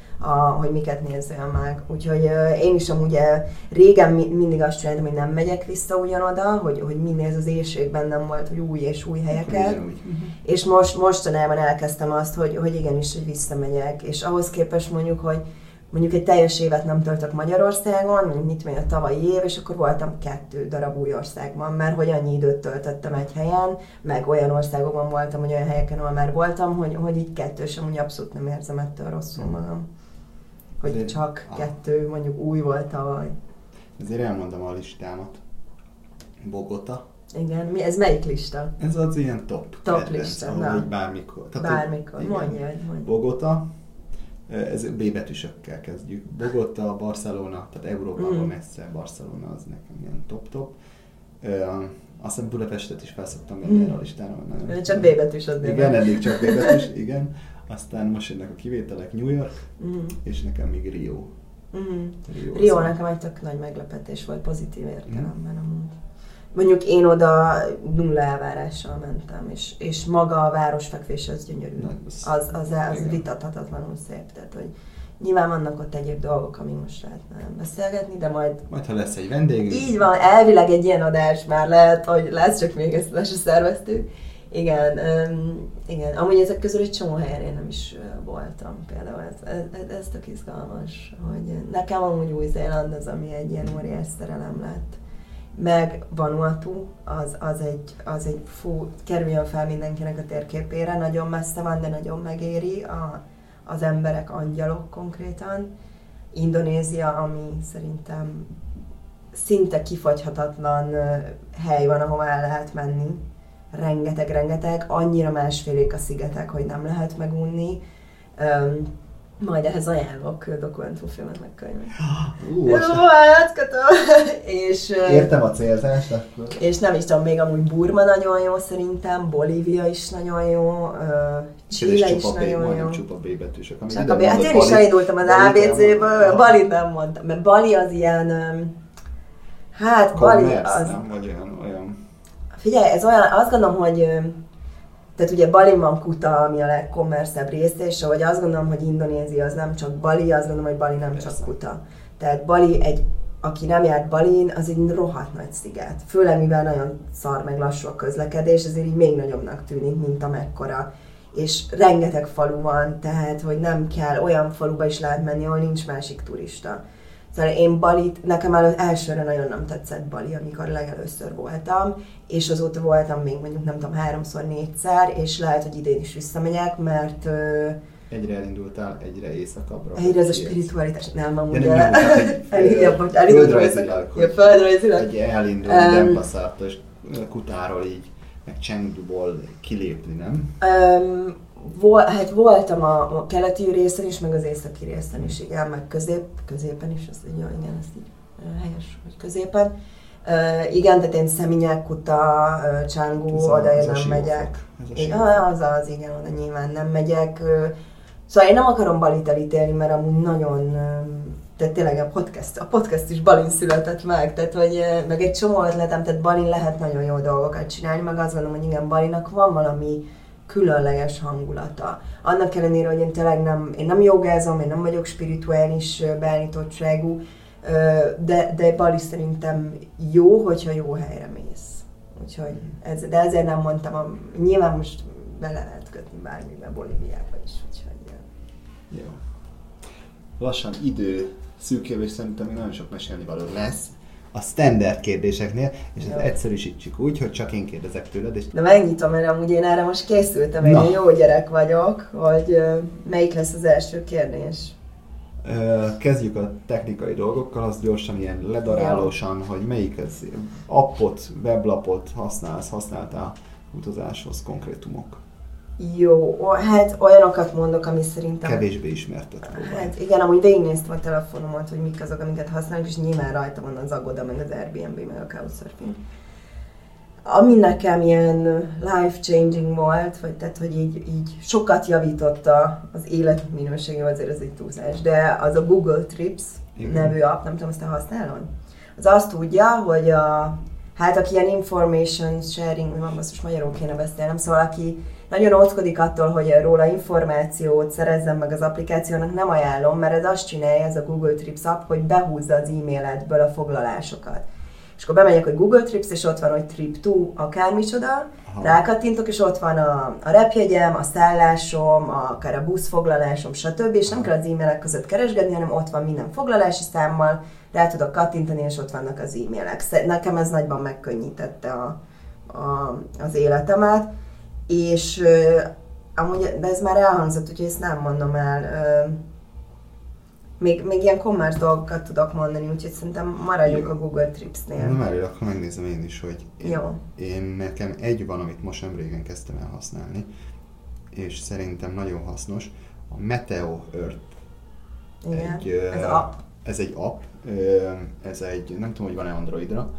[SPEAKER 2] hogy miket nézzél meg. Úgyhogy én is amúgy régen mindig azt csináltam, hogy nem megyek vissza ugyanoda, hogy minél ez az éjség bennem volt, hogy új és új helyeket. És mostanában elkezdtem azt, hogy igenis, hogy visszamegyek. És ahhoz képest mondjuk egy teljes évet nem töltök Magyarországon, mondjuk a tavalyi év, és akkor voltam 2 darab új országban, mert hogy annyi időt töltöttem egy helyen, meg olyan országokban voltam, hogy olyan helyeken, ahol már voltam, hogy így 2, és amúgy abszolút nem érzem ettől rosszul magam. Hogy csak 2 mondjuk új volt tavaly.
[SPEAKER 1] Ezért elmondom a listámat. Bogota.
[SPEAKER 2] Igen, ez melyik lista?
[SPEAKER 1] Ez az ilyen top
[SPEAKER 2] lista,
[SPEAKER 1] na. Bármikor.
[SPEAKER 2] Bármikor, mondja.
[SPEAKER 1] Bogota. Ez B betűsökkel kezdjük. Bogota, Barcelona, tehát Európában messze Barcelona az nekem ilyen top. Azt hiszem Budapestet is felszoktam venni erre a listára.
[SPEAKER 2] Csak B betűs az.
[SPEAKER 1] Igen, eddig csak B betűs, igen. Aztán most jönnek a kivételek, New York, és nekem még Rio.
[SPEAKER 2] Rio nekem egy tök nagy meglepetés volt, pozitív értelemben amúgy. Mondjuk én oda 0 elvárással mentem, és maga a városfekvés az gyönyörű. Az vitathatatlanul szép. Tehát, hogy nyilván vannak ott egyéb dolgok, ami most lehetne beszélgetni, de majd
[SPEAKER 1] ha lesz egy vendég.
[SPEAKER 2] Így van, elvileg egy ilyen adás már lehet, hogy lesz, csak még ezt le se szerveztük. Igen. Amúgy ezek közül egy csomó helyen én nem is voltam. Például ez tök izgalmas, hogy nekem amúgy Új-Zéland az, ami egy ilyen óriás szerelem lett. Meg Vanuatu, az egy kerüljön fel mindenkinek a térképére, nagyon messze van, de nagyon megéri, az emberek angyalok konkrétan. Indonézia, ami szerintem szinte kifagyhatatlan hely van, ahova el lehet menni. Rengeteg, annyira másfélék a szigetek, hogy nem lehet megunni. Majd ehhez ajánlok dokumentumfilmet, meg könyvet.
[SPEAKER 1] Értem a célzást. Akkor.
[SPEAKER 2] És nem is tudom, még amúgy Burma nagyon jó szerintem, Bolívia is nagyon jó, Chile is nagyon jó.
[SPEAKER 1] Csupa B betűsök.
[SPEAKER 2] Hát én is elindultam az ABC-ből, Balit nem mondtam, mert Bali az ilyen... Bali az...
[SPEAKER 1] nem, vagy olyan...
[SPEAKER 2] Figyelj, ez olyan, azt gondolom, hogy... Tehát ugye Balin van Kuta, ami a legkommerszebb része, és ahogy azt gondolom, hogy Indonézia az nem csak Bali, azt gondolom, hogy Bali nem csak Kuta. Tehát Bali, aki nem járt Balin, az egy rohadt nagy sziget. Főleg mivel nagyon szar meg lassú a közlekedés, ezért így még nagyobbnak tűnik, mint amekkora. és rengeteg falu van, tehát hogy nem kell, olyan faluba is lehet menni, ahol nincs másik turista. Szóval én Balit, nekem elsőre nagyon nem tetszett Bali, amikor legelőször voltam, és azóta voltam még mondjuk nem tudom 3-4-szer, és lehet, hogy idén is visszamegyek, mert...
[SPEAKER 1] Egyre elindultál, egyre északabbra.
[SPEAKER 2] Egyre ez a spiritualitás, nem amúgy
[SPEAKER 1] földrajzilag. Egy elindult Denpasartól és Kutáról így, meg Chengduból kilépni, nem?
[SPEAKER 2] Hát voltam a keleti részen is, meg az északi részen is, igen, meg középen is, azt így, igen, ez így helyes, hogy középen. Igen, tehát én Seminyak, Kuta, Canggu, oda én nem megyek. Az, igen, oda nyilván nem megyek. Szóval én nem akarom Balit elítélni, mert amúgy nagyon, tehát tényleg a podcast is Balin született meg, tehát hogy meg egy csomó ötletem, tehát Balin lehet nagyon jó dolgokat csinálni, meg azt gondolom, hogy igen, Balinak van valami különleges hangulata. Annak ellenére, hogy én tényleg nem jogázom, én nem vagyok spirituális beállítottságú, de Bali szerintem jó, hogyha jó helyre mész. Úgyhogy de ezért nem mondtam, nyilván most bele lehet kötni bármibe Bolíviába is, úgyhogy...
[SPEAKER 1] Jó. Lassan idő szűkül, és szerintem még nagyon sok mesélni való lesz a standard kérdéseknél, és ezt egyszerűsítsük úgy, hogy csak én kérdezek tőled. És...
[SPEAKER 2] De megnyitom, mert amúgy én erre most készültem, én jó gyerek vagyok, hogy melyik lesz az első kérdés.
[SPEAKER 1] Kezdjük a technikai dolgokkal, az gyorsan ilyen ledarálósan, hogy melyik az appot, weblapot használtál utazáshoz, konkrétumok.
[SPEAKER 2] Jó, hát olyanokat mondok, ami szerintem...
[SPEAKER 1] Kevésbé ismertet.
[SPEAKER 2] Hát igen, amúgy végignéztem a telefonomat, hogy mik azok, amiket használok, és nyilván rajta van az Agoda, meg az Airbnb, meg a Couchsurfing. Ami nekem ilyen life-changing volt, vagy tehát, hogy így sokat javította az életminőségem, azért az egy túlzás, de az a Google Trips nevű app, nem tudom, azt te használod? Az azt tudja, hogy hát aki ilyen information sharing, van, most magyarul kéne beszélnem, szóval aki nagyon óckodik attól, hogy róla információt szerezzen meg az applikációnak, nem ajánlom, mert ez azt csinálja, ez a Google Trips app, hogy behúzza az e-mailedből a foglalásokat. És akkor bemegyek, hogy Google Trips, és ott van, hogy Trip to akármicsoda, rákattintok, és ott van a repjegyem, a szállásom, akár a buszfoglalásom, stb. És nem kell az e-mailek között keresgélni, hanem ott van minden foglalási számmal, rá tudok kattintani, és ott vannak az e-mailek. Nekem ez nagyban megkönnyítette az életemet, és amúgy, de ez már elhangzott, úgyhogy ezt nem mondom el. Még ilyen commerce dolgokat tudok mondani, úgyhogy szerintem maradjunk a Google Trips-nél.
[SPEAKER 1] Na várj, akkor megnézem én is, hogy én nekem egy van, amit most nem régen kezdtem el használni, és szerintem nagyon hasznos, a Meteo Earth.
[SPEAKER 2] Igen, ez app.
[SPEAKER 1] Ez egy app, nem tudom, hogy van-e Androidra,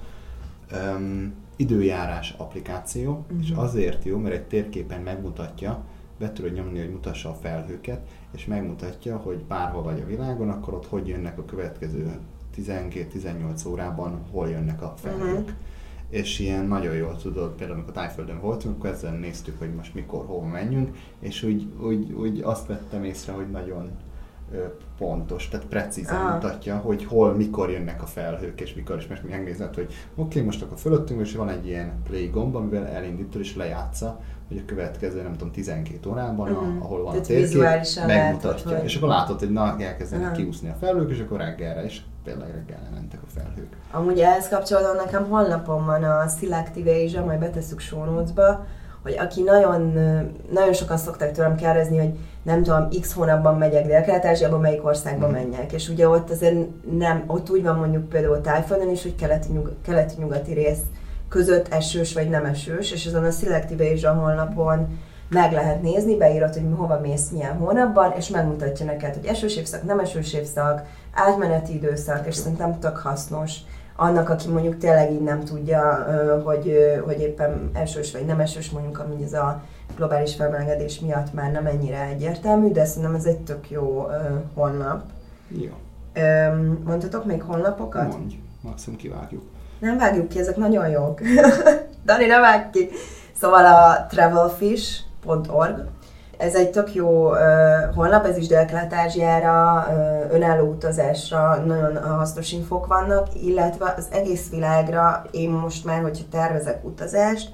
[SPEAKER 1] időjárás applikáció, és azért jó, mert egy térképen megmutatja, be tudod nyomni, hogy mutassa a felhőket, és megmutatja, hogy bárhol vagy a világon, akkor ott hogy jönnek a következő 12-18 órában, hol jönnek a felhők. És ilyen nagyon jól tudod, például amikor Tájföldön voltunk, akkor ezzel néztük, hogy most mikor, hova menjünk, és úgy azt vettem észre, hogy nagyon pontos, tehát precízen mutatja, hogy hol, mikor jönnek a felhők, és mikor, és most megnézed, hogy oké, most akkor fölöttünk, és van egy ilyen play gomb, amivel elindítod és lejátsza, hogy a következő, nem tudom, 12 órában, ahol van a térkép, megmutatja. És akkor látod, hogy elkezdenek kiúszni a felhők, és akkor reggelre is, például reggelre mentek a felhők.
[SPEAKER 2] Amúgy ehhez kapcsolatban nekem honlapon van a Selective Asia, majd betesszük show notes-ba, hogy aki nagyon sokan szokták tőlem kérdezni, hogy nem tudom, X hónapban megyek Dél-Kelet-Ázsiába, melyik országba menjek. És ugye ott azért ott úgy van mondjuk például Tájföldön is, hogy keleti-nyugati rész között esős vagy nem esős, és azon a Selective Asia honlapon meg lehet nézni, beírod, hogy hova mész milyen hónapban, és megmutatja neked, hogy esős évszak, nem esős évszak, átmeneti időszak, és szerintem tök hasznos annak, aki mondjuk tényleg így nem tudja, hogy éppen esős vagy nem esős, mondjuk amíg ez a globális felmelegedés miatt már nem ennyire egyértelmű, de szerintem ez egy tök jó honlap.
[SPEAKER 1] Jó.
[SPEAKER 2] Mondhatok még honlapokat?
[SPEAKER 1] Mondj, maximum kivágjuk.
[SPEAKER 2] Nem vágjuk ki, ezek nagyon jók. Dani, ne vágj ki! Szóval a travelfish.org, ez egy tök jó honlap, ez is Dél-Kelet-Ázsiára, önálló utazásra nagyon hasznos infók vannak, illetve az egész világra én most már, hogyha tervezek utazást,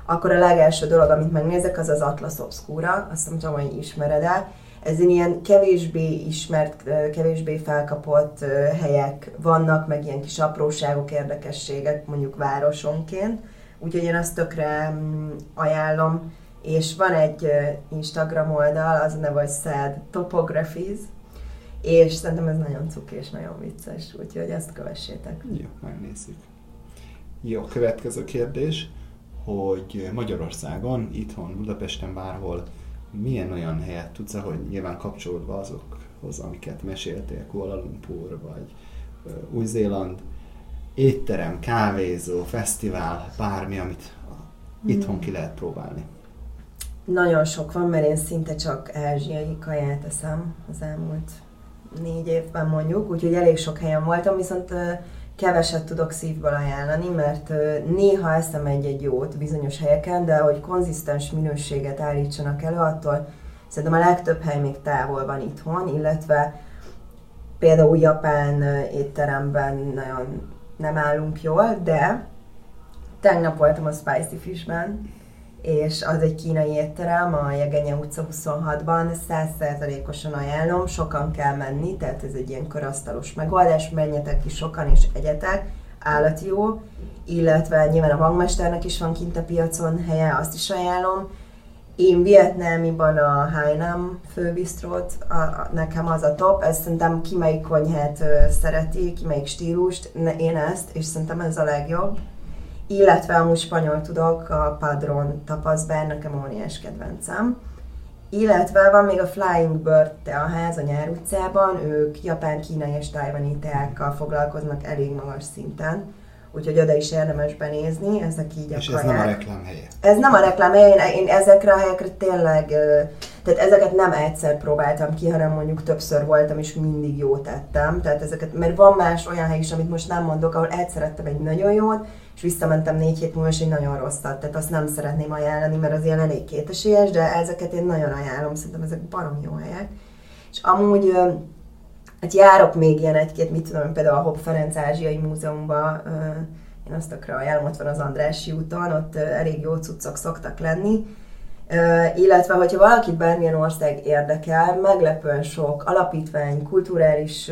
[SPEAKER 2] akkor a legelső dolog, amit megnézek, az az Atlas Obscura, azt nem tudom, hogy ismered el. Ez ilyen kevésbé ismert, kevésbé felkapott helyek vannak, meg ilyen kis apróságok, érdekességek, mondjuk városonként. Úgyhogy én azt tökre ajánlom. És van egy Instagram oldal, az a neve, hogy Sad Topographies, és szerintem ez nagyon cuki és nagyon vicces, úgyhogy ezt kövessétek.
[SPEAKER 1] Jó, megnézzük. Jó, következő kérdés, hogy Magyarországon, itthon, Budapesten, bárhol milyen olyan helyet tudsz, hogy nyilván kapcsolódva azokhoz, amiket meséltél, Kuala Lumpur vagy Új-Zéland, étterem, kávézó, fesztivál, bármi, amit itthon ki lehet próbálni?
[SPEAKER 2] Nagyon sok van, mert én szinte csak ázsiai kaját eszem az elmúlt 4 évben mondjuk, úgyhogy elég sok helyen voltam, viszont keveset tudok szívből ajánlani, mert néha eszem egy jót bizonyos helyeken, de hogy konzisztens minőséget állítsanak elő, attól szerintem a legtöbb hely még távol van itthon, illetve például japán étteremben nagyon nem állunk jól, de tegnap voltam a Spicy Fishben, és az egy kínai étterem a Jegenye utca 26-ban, 100%-osan ajánlom, sokan kell menni, tehát ez egy ilyen körasztalos megoldás, menjetek ki sokan és egyetek, állati jó, illetve nyilván a Magmesternek is van kint a piacon helye, azt is ajánlom. Én vietnámiban a Hainam főbistrót, nekem az a top, ez szerintem ki melyik konyhát szereti, ki melyik stílust, én ezt, és szerintem ez a legjobb. Illetve amúgy spanyol tudok, a Padron Tapas Bar, nekem óriás kedvencem. Illetve van még a Flying Bird teaház a Nyár utcában, ők japán, kínai és tajvani teákkal foglalkoznak elég magas szinten. Úgyhogy oda is érdemes benézni, ezek így a
[SPEAKER 1] és
[SPEAKER 2] kaják.
[SPEAKER 1] Ez nem a reklám helye?
[SPEAKER 2] Ez nem a reklám helye, én ezekre a helyekre tényleg, tehát ezeket nem egyszer próbáltam ki, hanem mondjuk többször voltam, és mindig jót tettem. Tehát ezeket, mert van más olyan hely is, amit most nem mondok, ahol egyszer ettem egy nagyon jót, és visszamentem 4 hét múlva, és egy nagyon rosszat. Tehát azt nem szeretném ajánlani, mert az ilyen elég kétesélyes, de ezeket én nagyon ajánlom, szerintem ezek baromi jó helyek. És amúgy hát járok még ilyen egy-két, mit tudom, például a Hopp Ferenc Ázsiai Múzeumban, én azt tökre ajánlom, ott van az Andrássy úton, ott elég jó cuccok szoktak lenni. Illetve, hogyha valakit bármilyen ország érdekel, meglepően sok alapítvány, kulturális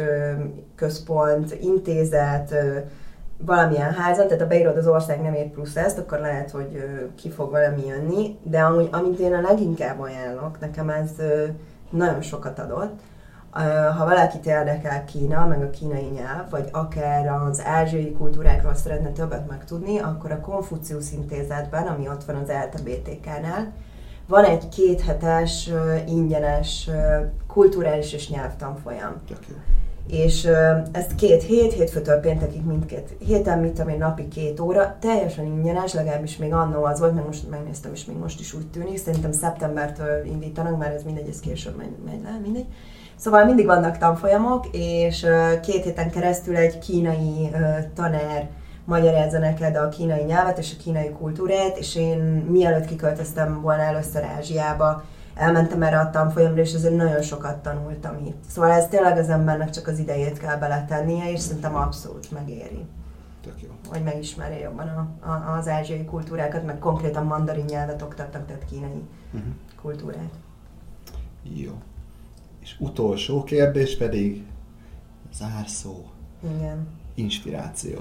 [SPEAKER 2] központ, intézet, valamilyen házan, tehát ha beírod az ország nemét plusz ezt, akkor lehet, hogy ki fog valami jönni, de amúgy, amit én a leginkább ajánlok, nekem ez nagyon sokat adott. Ha valakit érdekel Kína, meg a kínai nyelv, vagy akár az ázsiai kultúrákról szeretne többet megtudni, akkor a Konfuciusz Intézetben, ami ott van az ELTE-BTK-nál, van egy 2 hetes ingyenes kulturális és nyelvtanfolyam. És ezt 2 hét, hétfőtől péntekig mindkét héten, mit tudom én, napi 2 óra, teljesen ingyenes, legalábbis még annó az volt, meg most megnéztem, és még most is úgy tűnik. Szerintem szeptembertől indítanak, már ez mindegy, ez később megy le, mindegy. Szóval mindig vannak tanfolyamok, és 2 héten keresztül egy kínai tanár magyarázza neked a kínai nyelvet és a kínai kultúrát, és én mielőtt kiköltöztem volna először Ázsiába, elmentem erre a tanfolyamra, és azért nagyon sokat tanultam itt. Szóval ez tényleg az embernek csak az idejét kell beletennie, és szerintem abszolút megéri.
[SPEAKER 1] Tök jó.
[SPEAKER 2] Hogy megismerje jobban az ázsiai kultúrákat, meg konkrétan mandarin nyelvet oktatnak, tehát kínai kultúrát.
[SPEAKER 1] Jó. És utolsó kérdés pedig zárszó.
[SPEAKER 2] Igen.
[SPEAKER 1] Inspiráció.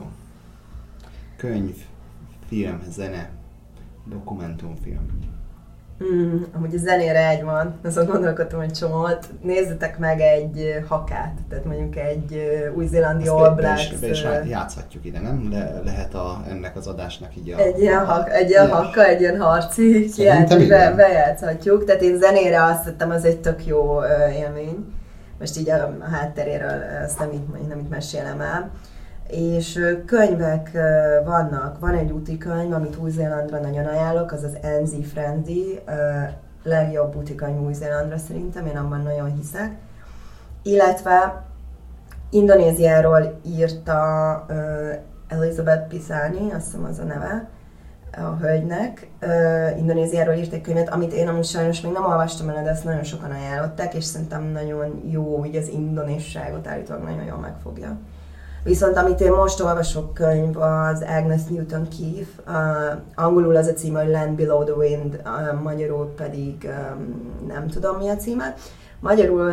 [SPEAKER 1] Könyv, film, zene, dokumentumfilm.
[SPEAKER 2] Amúgy a zenére egy van, azon gondolkodtam egy csomót. Nézzetek meg egy hakát, tehát mondjuk egy új-zélandi All Blacks.
[SPEAKER 1] Be is játszhatjuk ide, nem? Lehet ennek az adásnak így
[SPEAKER 2] egy ilyen haka, egy ilyen harci kiállt, bejátszhatjuk. Tehát én zenére azt hittem, az egy tök jó élmény. Most így a hátteréről ezt nem itt mesélem el. És könyvek vannak. Van egy úti könyv, amit Új-Zélandra nagyon ajánlok, az az NZ Friendly, legjobb úti könyv Új-Zélandra szerintem, én abban nagyon hiszek. Illetve Indonéziáról írta Elizabeth Pisani, azt hiszem az a neve a hölgynek. Indonéziáról írt egy könyvet, amit én amúgy sajnos még nem olvastam el, de ezt nagyon sokan ajánlották, és szerintem nagyon jó, így az indonézságot állítólag nagyon jól megfogja. Viszont amit én most olvasok könyv, az Agnes Newton Keith, angolul az a címe, hogy Land Below the Wind, magyarul pedig nem tudom mi a címe. Magyarul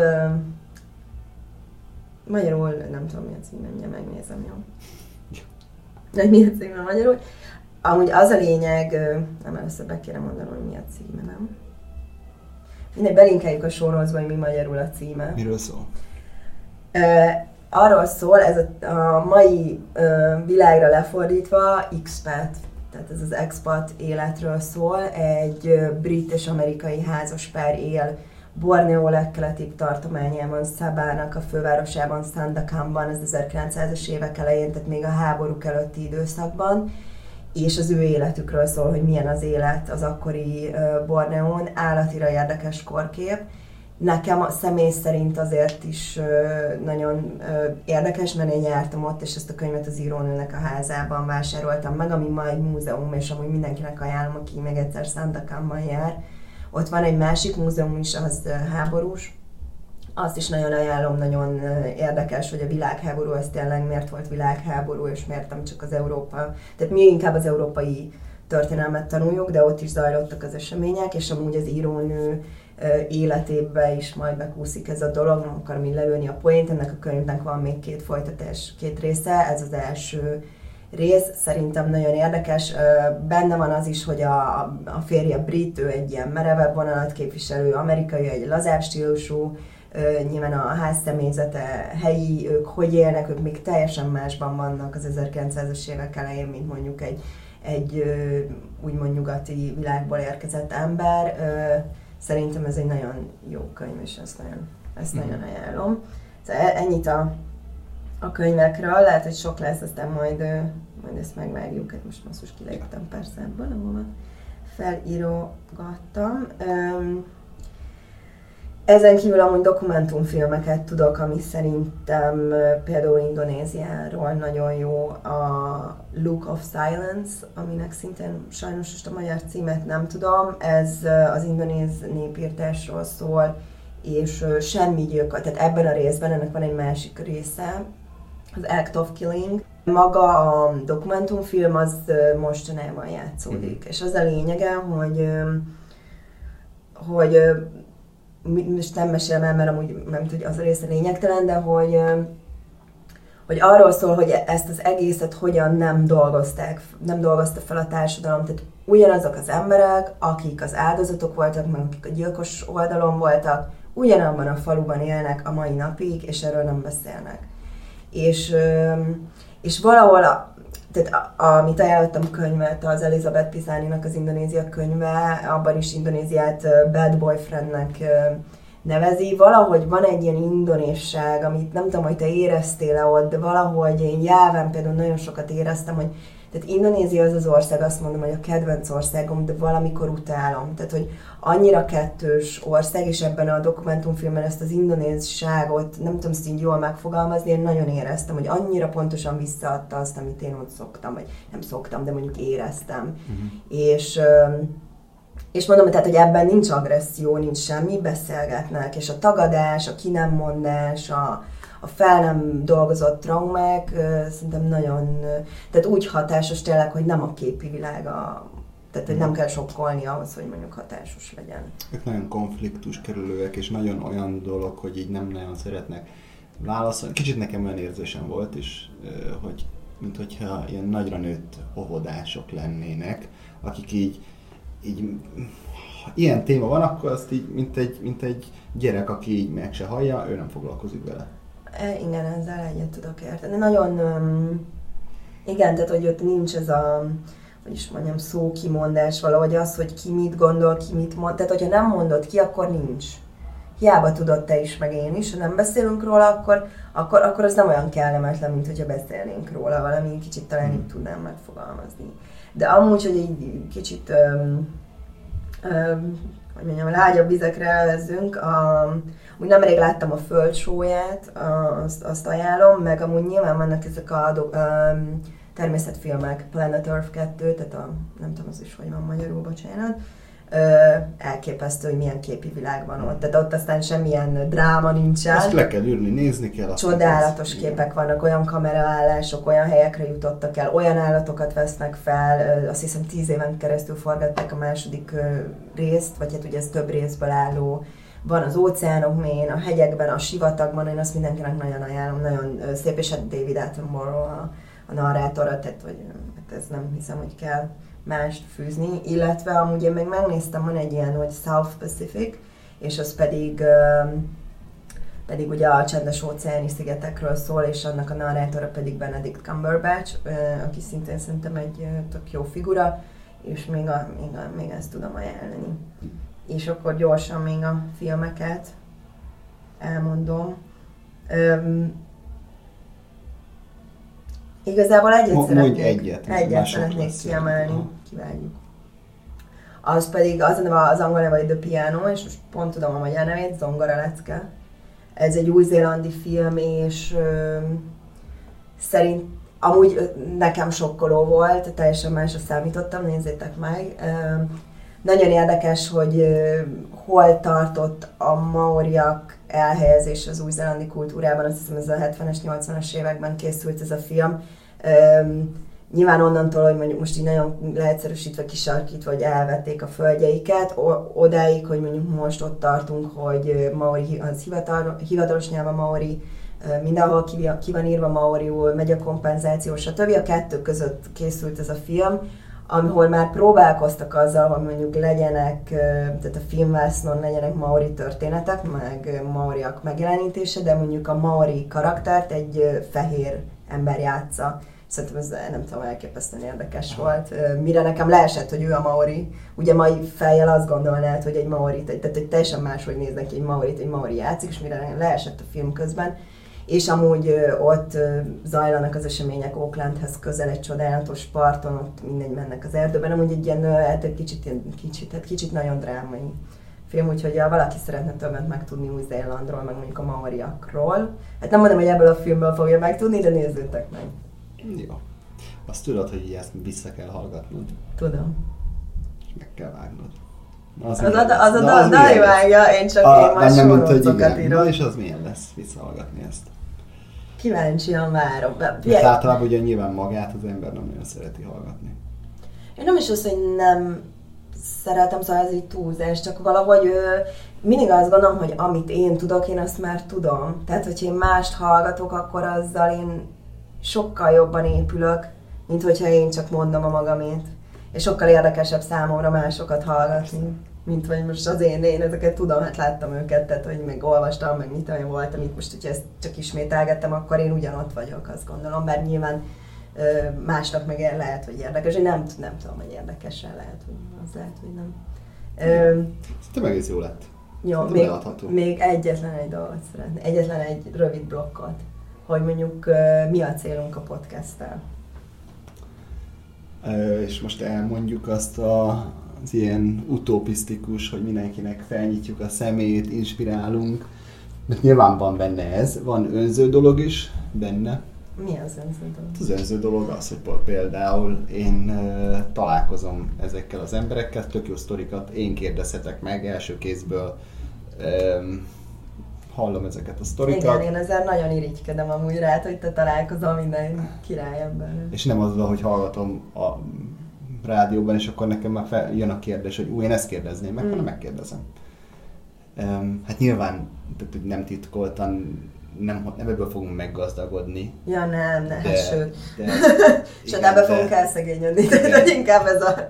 [SPEAKER 2] nem tudom mi a címe, mindjárt megnézem, jó? Mi a címe magyarul? Amúgy az a lényeg, nem először be kéne mondanom, hogy mi a címe, nem? Mindegy, belinkeljük a show notes-ba, hogy mi magyarul a címe.
[SPEAKER 1] Miről szól?
[SPEAKER 2] Arról szól, ez a mai világra lefordítva expat, tehát ez az expat életről szól. Egy brit és amerikai házaspár él Borneo legkeletibb tartományában, Sabának a fővárosában, Sandakanban, az 1900-es évek elején, tehát még a háborúk előtti időszakban, és az ő életükről szól, hogy milyen az élet az akkori Borneón. Állatira érdekes korkép. Nekem személy szerint azért is nagyon érdekes, mert én jártam ott, és ezt a könyvet az írónőnek a házában vásároltam meg, ami ma egy múzeum, és amúgy mindenkinek ajánlom, aki még egyszer Sandakanban jár. Ott van egy másik múzeum is, az háborús. Azt is nagyon ajánlom, nagyon érdekes, hogy a világháború az tényleg miért volt világháború, és miért nem csak az Európa. Tehát mi inkább az európai történelmet tanuljuk, de ott is zajlottak az események, és amúgy az írónő életébe is majd bekúszik ez a dolog, nem akarom így lelőni a poént, ennek a könyvnek van még 2 folytatás, 2 része, ez az első rész, szerintem nagyon érdekes. Benne van az is, hogy a férje brit, ő egy ilyen merevebb vonalat képviselő, amerikai, egy lazább stílusú, nyilván a ház személyzete helyi, ők hogy élnek, ők még teljesen másban vannak az 1900-as évek elején, mint mondjuk egy úgymond nyugati világból érkezett ember. Szerintem ez egy nagyon jó könyv, és ezt nagyon ajánlom. Szóval ennyit a könyvekről, lehet, hogy sok lesz, aztán majd ezt megvágjuk. Hát most basszus kiléptem persze ebből, ahova felírogattam. Ezen kívül amúgy dokumentumfilmeket tudok, ami szerintem például Indonéziáról nagyon jó, a Look of Silence, aminek szintén sajnos most a magyar címet nem tudom, ez az indonéz népírtásról szól, és semmi gyilkos, tehát ebben a részben, ennek van egy másik része, az Act of Killing. Maga a dokumentumfilm az mostanában játszódik, és az a lényege, hogy most nem mesélem el, mert amúgy nem tudja, az a része lényegtelen, de hogy arról szól, hogy ezt az egészet hogyan nem dolgozta fel a társadalom. Tehát ugyanazok az emberek, akik az áldozatok voltak, meg akik a gyilkos oldalon voltak, ugyanabban a faluban élnek a mai napig, és erről nem beszélnek. És valahol, tehát amit ajánlottam könyvet, az Elizabeth Pisani-nak az Indonézia könyve, abban is Indonéziát Bad Boyfriendnek nevezi. Valahogy van egy ilyen indonézság, amit nem tudom, hogy te éreztél-e ott, de valahogy én nyelven például nagyon sokat éreztem, hogy tehát Indonézia az az ország, azt mondom, hogy a kedvenc országom, de valamikor utálom. Tehát, hogy annyira kettős ország, és ebben a dokumentumfilmben ezt az indonézságot, nem tudom ezt így jól megfogalmazni, én nagyon éreztem, hogy annyira pontosan visszaadta azt, amit én ott szoktam, vagy nem szoktam, de mondjuk éreztem. És mondom, tehát, hogy ebben nincs agresszió, nincs semmi, beszélgetnek, és a tagadás, a ki nem mondás, a fel nem dolgozott traumák szerintem nagyon, tehát úgy hatásos tényleg, hogy nem a képi világ, tehát hogy nem kell sokkolni ahhoz, hogy mondjuk hatásos legyen.
[SPEAKER 1] Ők nagyon konfliktuskerülőek, és nagyon olyan dolog, hogy így nem nagyon szeretnek válaszolni. Kicsit nekem olyan érzésem volt is, hogy mint hogyha ilyen nagyra nőtt óvodások lennének, akik így ha ilyen téma van, akkor azt így, mint egy gyerek, aki így meg se hallja, ő nem foglalkozik vele.
[SPEAKER 2] Igen, ezzel egyet tudok érteni. Nagyon, igen, tehát hogy ott nincs ez a, hogy is mondjam, szókimondás, valahogy az, hogy ki mit gondol, ki mit mond. Tehát, hogyha nem mondod ki, akkor nincs. Hiába tudod te is, meg én is, ha nem beszélünk róla, akkor az nem olyan kellemetlen, mint hogyha beszélnénk róla, valami kicsit talán így tudnám megfogalmazni. De amúgy, hogy egy kicsit, hogy mondjam, lágyabb vizekre elvezzünk, úgy nemrég láttam a Föld show-ját, azt ajánlom, meg amúgy nyilván vannak ezek a természetfilmek, Planet Earth 2, tehát nem tudom az is, hogy van magyarul, bocsánat. elképesztő, hogy milyen képi világ van ott. Tehát ott aztán semmilyen dráma nincsen.
[SPEAKER 1] Azt le kell ülni, nézni kell.
[SPEAKER 2] Csodálatos képek vannak, olyan kameraállások, olyan helyekre jutottak el, olyan állatokat vesznek fel. Azt hiszem 10 éven keresztül forgatták a második részt, vagy hát ugye ez több részből álló. Van az óceánok mélyén, a hegyekben, a sivatagban, én azt mindenkinek nagyon ajánlom, nagyon szép, és hát David Attenborough a narrátora, tehát hogy hát ez nem hiszem, hogy kell mást fűzni, illetve amúgy én még megnéztem, van egy ilyen, hogy South Pacific, és az pedig ugye a csendes óceáni szigetekről szól, és annak a narrátora pedig Benedict Cumberbatch, aki szintén szerintem egy tök jó figura, és még ezt tudom ajánlani. És akkor gyorsan még a filmeket elmondom. Igazából egyet szeretnék kiemelni, kiváljuk. Az pedig az angol neve, hogy The Piano, és most pont tudom a magyar nevét, Zongora lecke. Ez egy új-zélandi film, és szerint amúgy nekem sokkoló volt, teljesen másra számítottam, nézzétek meg. Nagyon érdekes, hogy hol tartott a maoriak elhelyezés az új-zélandi kultúrában, azt hiszem ez a 70-es, 80-as években készült ez a film. Nyilván onnantól, hogy mondjuk most így nagyon leegyszerűsítve, kisarkítva, hogy elvették a földjeiket, odáig, hogy mondjuk most ott tartunk, hogy maori, az hivatalos nyelv a maori, mindenhol ki van írva maoriul, megy a kompenzáció, stb. A kettő között készült ez a film, ahol már próbálkoztak azzal, hogy mondjuk legyenek, tehát a filmvásznon legyenek maori történetek, meg maoriak megjelenítése, de mondjuk a maori karaktert egy fehér ember játsza. Szerintem ez nem tudom, elképesztően érdekes volt. Mire nekem leesett, hogy ő a maori. Ugye mai fejjel azt gondolnád, hogy egy maorit, tehát hogy teljesen máshogy néznek ki egy maori játszik, és mire leesett a film közben. És amúgy ott zajlanak az események Aucklandhez közel, egy csodálatos parton, ott mindegy mennek az erdőben, amúgy egy ilyen, kicsit nagyon drámai film, úgyhogy ha valaki szeretne többet megtudni Új-Zélandról, meg mondjuk a maoriakról, hát nem mondom, hogy ebből a filmből fogja megtudni, de nézzétek meg.
[SPEAKER 1] Jó. Azt tudod, hogy ezt vissza kell hallgatnod.
[SPEAKER 2] Tudom.
[SPEAKER 1] És meg kell vágnod.
[SPEAKER 2] Az a dal vágja, én majd sorolcokat írok.
[SPEAKER 1] Na és az milyen lesz visszahallgatni ezt?
[SPEAKER 2] Kíváncsian várom.
[SPEAKER 1] Mert általában ugye nyilván magát az ember nem nagyon szereti hallgatni.
[SPEAKER 2] Én nem is azt, hogy nem szeretem, szóval ez egy túlzás, csak valahogy mindig azt gondolom, hogy amit én tudok, én azt már tudom. Tehát, hogyha én mást hallgatok, akkor azzal én sokkal jobban épülök, mint hogyha én csak mondom a magamét. És sokkal érdekesebb számomra másokat hallgatni, mint hogy most az én ezeket tudom, hát láttam őket, tehát hogy meg olvastam, meg mit olyan voltam itt, most hogyha ezt csak ismételgettem, akkor én ugyanott vagyok, azt gondolom, bár nyilván másnak meg lehet, hogy érdekes, én nem tudom, hogy érdekesen lehet, hogy nem.
[SPEAKER 1] Szerintem egész jó lett.
[SPEAKER 2] Jó, még egyetlen egy dolgot szeretnék, egyetlen egy rövid blokkot, hogy mondjuk mi a célunk a podcasttel.
[SPEAKER 1] És most elmondjuk azt az ilyen utopisztikus, hogy mindenkinek felnyitjuk a szemét, inspirálunk, mert nyilván van benne ez, van önző dolog is benne.
[SPEAKER 2] Mi az önző dolog?
[SPEAKER 1] Az önző dolog az, hogy például én találkozom ezekkel az emberekkel, tök jó sztorikat, én kérdezhetek meg első kézből, hallom ezeket a sztorikat.
[SPEAKER 2] Igen, én ezzel nagyon irigykedem amúgy rád, hogy te találkozol minden királyemben.
[SPEAKER 1] És nem azzal, hogy hallgatom a rádióban, és akkor nekem már jön a kérdés, hogy én ezt kérdezném meg, hanem megkérdezem. Hát nyilván nem titkoltan, nem ebből fogunk meggazdagodni.
[SPEAKER 2] Ja nem, sőt. Sőt, ebbe fogunk elszegényedni, de inkább ez a...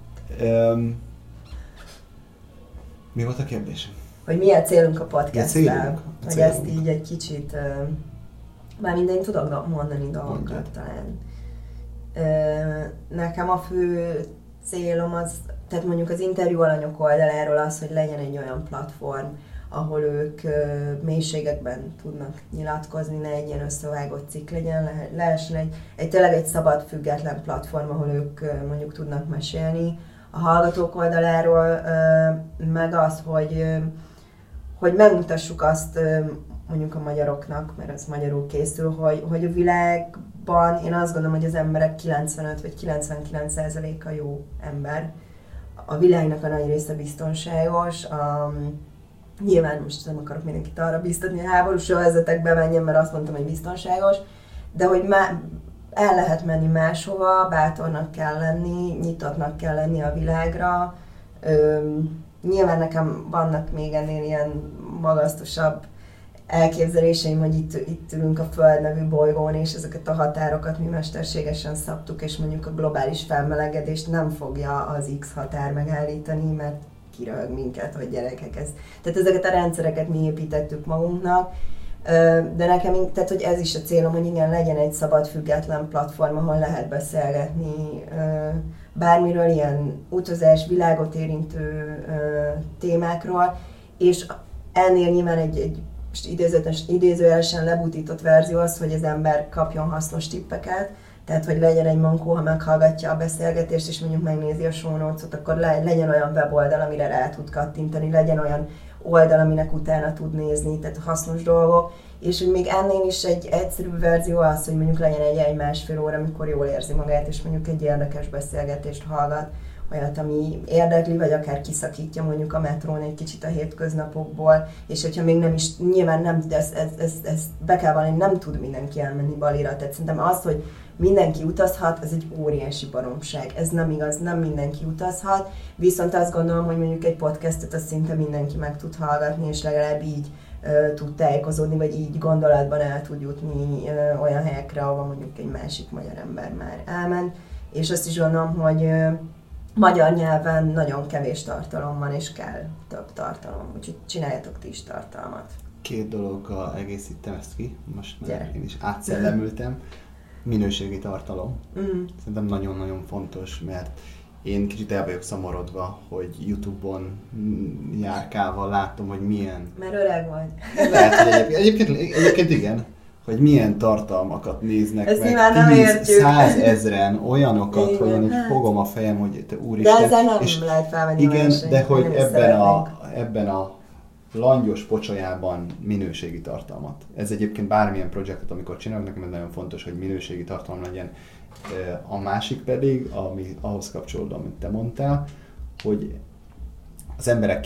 [SPEAKER 1] Mi volt a kérdés?
[SPEAKER 2] Hogy mi a célunk a podcasttel, hogy ezt így egy kicsit, már minden tudok mondani dolgokat talán. Nekem a fő célom az, tehát mondjuk az interjú alanyok oldaláról az, hogy legyen egy olyan platform, ahol ők mélységekben tudnak nyilatkozni, ne egy ilyen összevágott cikk legyen, lehessen tényleg egy szabad, független platform, ahol ők mondjuk tudnak mesélni. A hallgatók oldaláról meg az, hogy megmutassuk azt mondjuk a magyaroknak, mert ez magyarul készül, hogy a világban én azt gondolom, hogy az emberek 95 vagy 99%-a jó ember, a világnak a nagy része biztonságos. Nyilván most nem akarok mindenkit arra biztatni, a háborús övezetekbe menjen, mert azt mondtam, hogy biztonságos, de hogy el lehet menni máshova, bátornak kell lenni, nyitottnak kell lenni a világra. Nyilván nekem vannak még ennél ilyen magasztosabb elképzeléseim, hogy itt ülünk a Föld nevű bolygón, és ezeket a határokat mi mesterségesen szabtuk, és mondjuk a globális felmelegedést nem fogja az X határ megállítani, mert kiröhög minket, hogy gyerekek ez. Tehát ezeket a rendszereket mi építettük magunknak, de nekem, tehát hogy ez is a célom, hogy igen, legyen egy szabad, független platform, ahol lehet beszélgetni bármiről, ilyen utazás, világot érintő témákról, és ennél nyilván egy idézőjelesen lebutított verzió az, hogy az ember kapjon hasznos tippeket, tehát hogy legyen egy mankó, ha meghallgatja a beszélgetést, és mondjuk megnézi a show notes-ot, akkor legyen olyan weboldal, amire rá tud kattintani, legyen olyan oldal, aminek utána tud nézni, tehát hasznos dolgok, és hogy még ennél is egy egyszerű verzió az, hogy mondjuk legyen egy másfél óra, amikor jól érzi magát, és mondjuk egy érdekes beszélgetést hallgat, olyat, ami érdekli, vagy akár kiszakítja mondjuk a metrón egy kicsit a hétköznapokból, és hogyha még nem is, nyilván nem, ezt be kell vallani, nem tud mindenki elmenni Balira, tehát szerintem az, hogy mindenki utazhat, ez egy óriási baromság. Ez nem igaz, nem mindenki utazhat, viszont azt gondolom, hogy mondjuk egy podcastet azt szinte mindenki meg tud hallgatni, és legalább így tud tájékozódni, vagy így gondolatban el tud jutni olyan helyekre, ahol mondjuk egy másik magyar ember már elment. És azt is gondolom, hogy magyar nyelven nagyon kevés tartalom van, és kell több tartalom, úgyhogy csináljatok ti is tartalmat.
[SPEAKER 1] 2 dologgal egészítem ezt ki, most már én is átszellemültem. Minőségi tartalom. Szerintem nagyon-nagyon fontos, mert én kicsit el vagyok szomorodva, hogy YouTube-on járkálva látom, hogy milyen...
[SPEAKER 2] Mert öreg vagy.
[SPEAKER 1] Lehet, hogy egyébként igen, hogy milyen tartalmakat néznek
[SPEAKER 2] ezt
[SPEAKER 1] meg 10-100 ezren olyanokat, igen, hogy én így fogom a fejem, hogy te úristen...
[SPEAKER 2] De ezzel nem lehet felvenni.
[SPEAKER 1] Igen, de hogy ebben a langyos pocsolyában minőségi tartalmat. Ez egyébként bármilyen projektet, amikor csinálok, nekem ez nagyon fontos, hogy minőségi tartalom legyen. A másik pedig, ami ahhoz kapcsolódó, amit te mondtál, hogy az emberek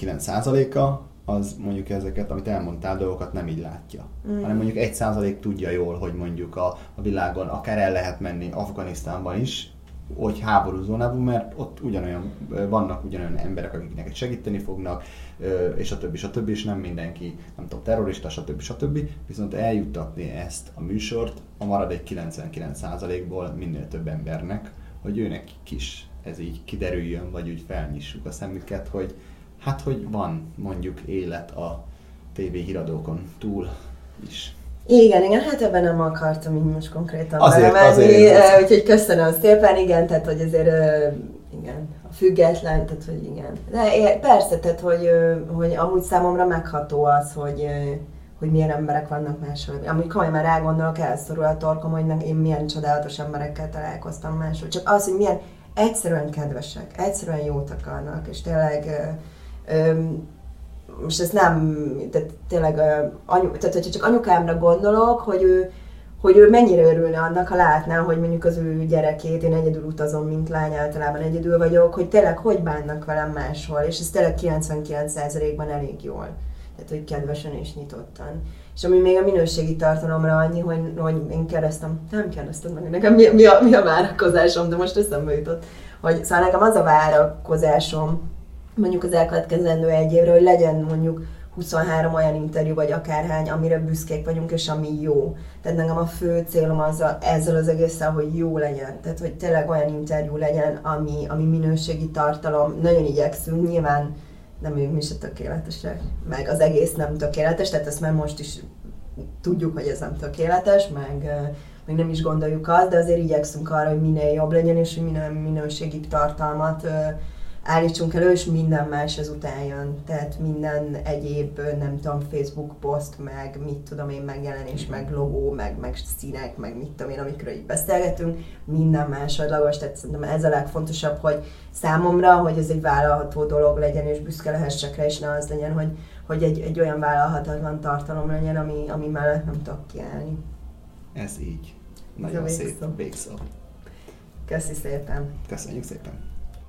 [SPEAKER 1] 99%-a az mondjuk ezeket, amit elmondtál, dolgokat nem így látja. Hanem mondjuk 1% tudja jól, hogy mondjuk a világon akár el lehet menni Afganisztánban is, hogy háborúzónában, mert ott vannak ugyanolyan emberek, akik neked segíteni fognak, és a többi, és nem mindenki, nem tudom, terrorista, stb. Viszont eljuttatni ezt a műsort a maradék 99%-ból minél több embernek, hogy őnek is ez így kiderüljön, vagy úgy felnyissuk a szemüket, hogy hát, hogy van mondjuk élet a tévéhíradókon túl is.
[SPEAKER 2] Igen, hát ebben nem akartam így most konkrétan belemenni, úgyhogy köszönöm szépen, igen, tehát hogy azért, igen, a független, tehát hogy igen. De persze, tehát hogy amúgy számomra megható az, hogy milyen emberek vannak máshol. Amúgy komolyan már rágondolok, elszorul a torkom, hogy én milyen csodálatos emberekkel találkoztam máshol. Csak az, hogy milyen egyszerűen kedvesek, egyszerűen jót akarnak, és tényleg... most ezt nem, tehát tényleg, tehát hogyha csak anyukámra gondolok, hogy ő mennyire örülne annak, ha látná, hogy mondjuk az ő gyerekét, én egyedül utazom, mint lány, általában egyedül vagyok, hogy tényleg hogy bánnak velem máshol, és ez tényleg 99%-ban elég jól. Tehát, hogy kedvesen és nyitottan. És ami még a minőségi tartalomra annyi, hogy én nem kérdeztem meg, nekem mi a várakozásom, de most eszembe jutott, hogy szóval nekem az a várakozásom, mondjuk az elkövetkezendő 1 évre, hogy legyen mondjuk 23 olyan interjú, vagy akárhány, amire büszkék vagyunk, és ami jó. Tehát nekem a fő célom ezzel az egésszel, hogy jó legyen. Tehát, hogy tényleg olyan interjú legyen, ami minőségi tartalom. Nagyon igyekszünk, nyilván nem vagyunk mi se tökéletesek, meg az egész nem tökéletes, tehát ezt már most is tudjuk, hogy ez nem tökéletes, meg nem is gondoljuk azt, de azért igyekszünk arra, hogy minél jobb legyen, és hogy minél minőségibb tartalmat állítsunk elő, és minden más ezután jön. Tehát minden egyéb, nem tudom, Facebook poszt, meg mit tudom én, megjelenés, meg logó, meg színek, meg mit tudom én, amikről így beszélgetünk, minden másodlagos. Tehát szerintem ez a legfontosabb, hogy számomra, hogy ez egy vállalható dolog legyen, és büszke lehessek rá, és ne az legyen, hogy egy olyan vállalhatatlan tartalom legyen, ami mellett nem tudok kiállni.
[SPEAKER 1] Ez így. Nagyon szép végszó.
[SPEAKER 2] Köszi szépen.
[SPEAKER 1] Köszönjük szépen.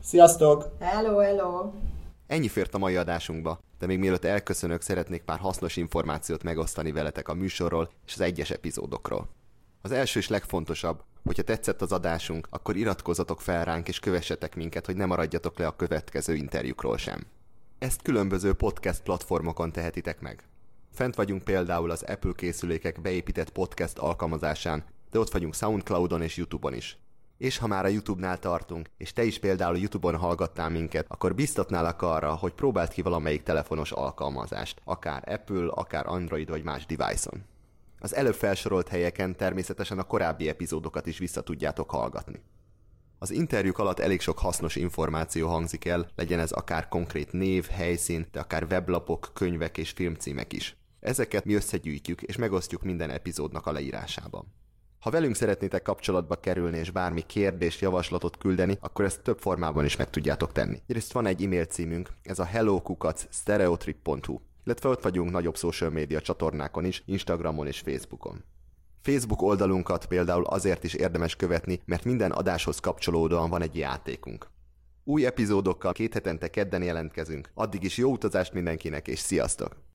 [SPEAKER 1] Sziasztok!
[SPEAKER 2] Hello, hello!
[SPEAKER 1] Ennyi fért a mai adásunkba, de még mielőtt elköszönök, szeretnék pár hasznos információt megosztani veletek a műsorról és az egyes epizódokról. Az első és legfontosabb, hogyha tetszett az adásunk, akkor iratkozzatok fel ránk és kövessetek minket, hogy ne maradjatok le a következő interjúkról sem. Ezt különböző podcast platformokon tehetitek meg. Fent vagyunk például az Apple készülékek beépített podcast alkalmazásán, de ott vagyunk Soundcloudon és YouTube-on is. És ha már a YouTube-nál tartunk, és te is például a YouTube-on hallgattál minket, akkor biztatnálak arra, hogy próbáld ki valamelyik telefonos alkalmazást, akár Apple, akár Android vagy más device-on. Az előbb felsorolt helyeken természetesen a korábbi epizódokat is vissza tudjátok hallgatni. Az interjúk alatt elég sok hasznos információ hangzik el, legyen ez akár konkrét név, helyszín, de akár weblapok, könyvek és filmcímek is. Ezeket mi összegyűjtjük és megosztjuk minden epizódnak a leírásában. Ha velünk szeretnétek kapcsolatba kerülni és bármi kérdést, javaslatot küldeni, akkor ezt több formában is meg tudjátok tenni. Egyrészt van egy e-mail címünk, ez a hello@stereotrip.hu, illetve ott vagyunk nagyobb social media csatornákon is, Instagramon és Facebookon. Facebook oldalunkat például azért is érdemes követni, mert minden adáshoz kapcsolódóan van egy játékunk. Új epizódokkal 2 hetente kedden jelentkezünk, addig is jó utazást mindenkinek és sziasztok!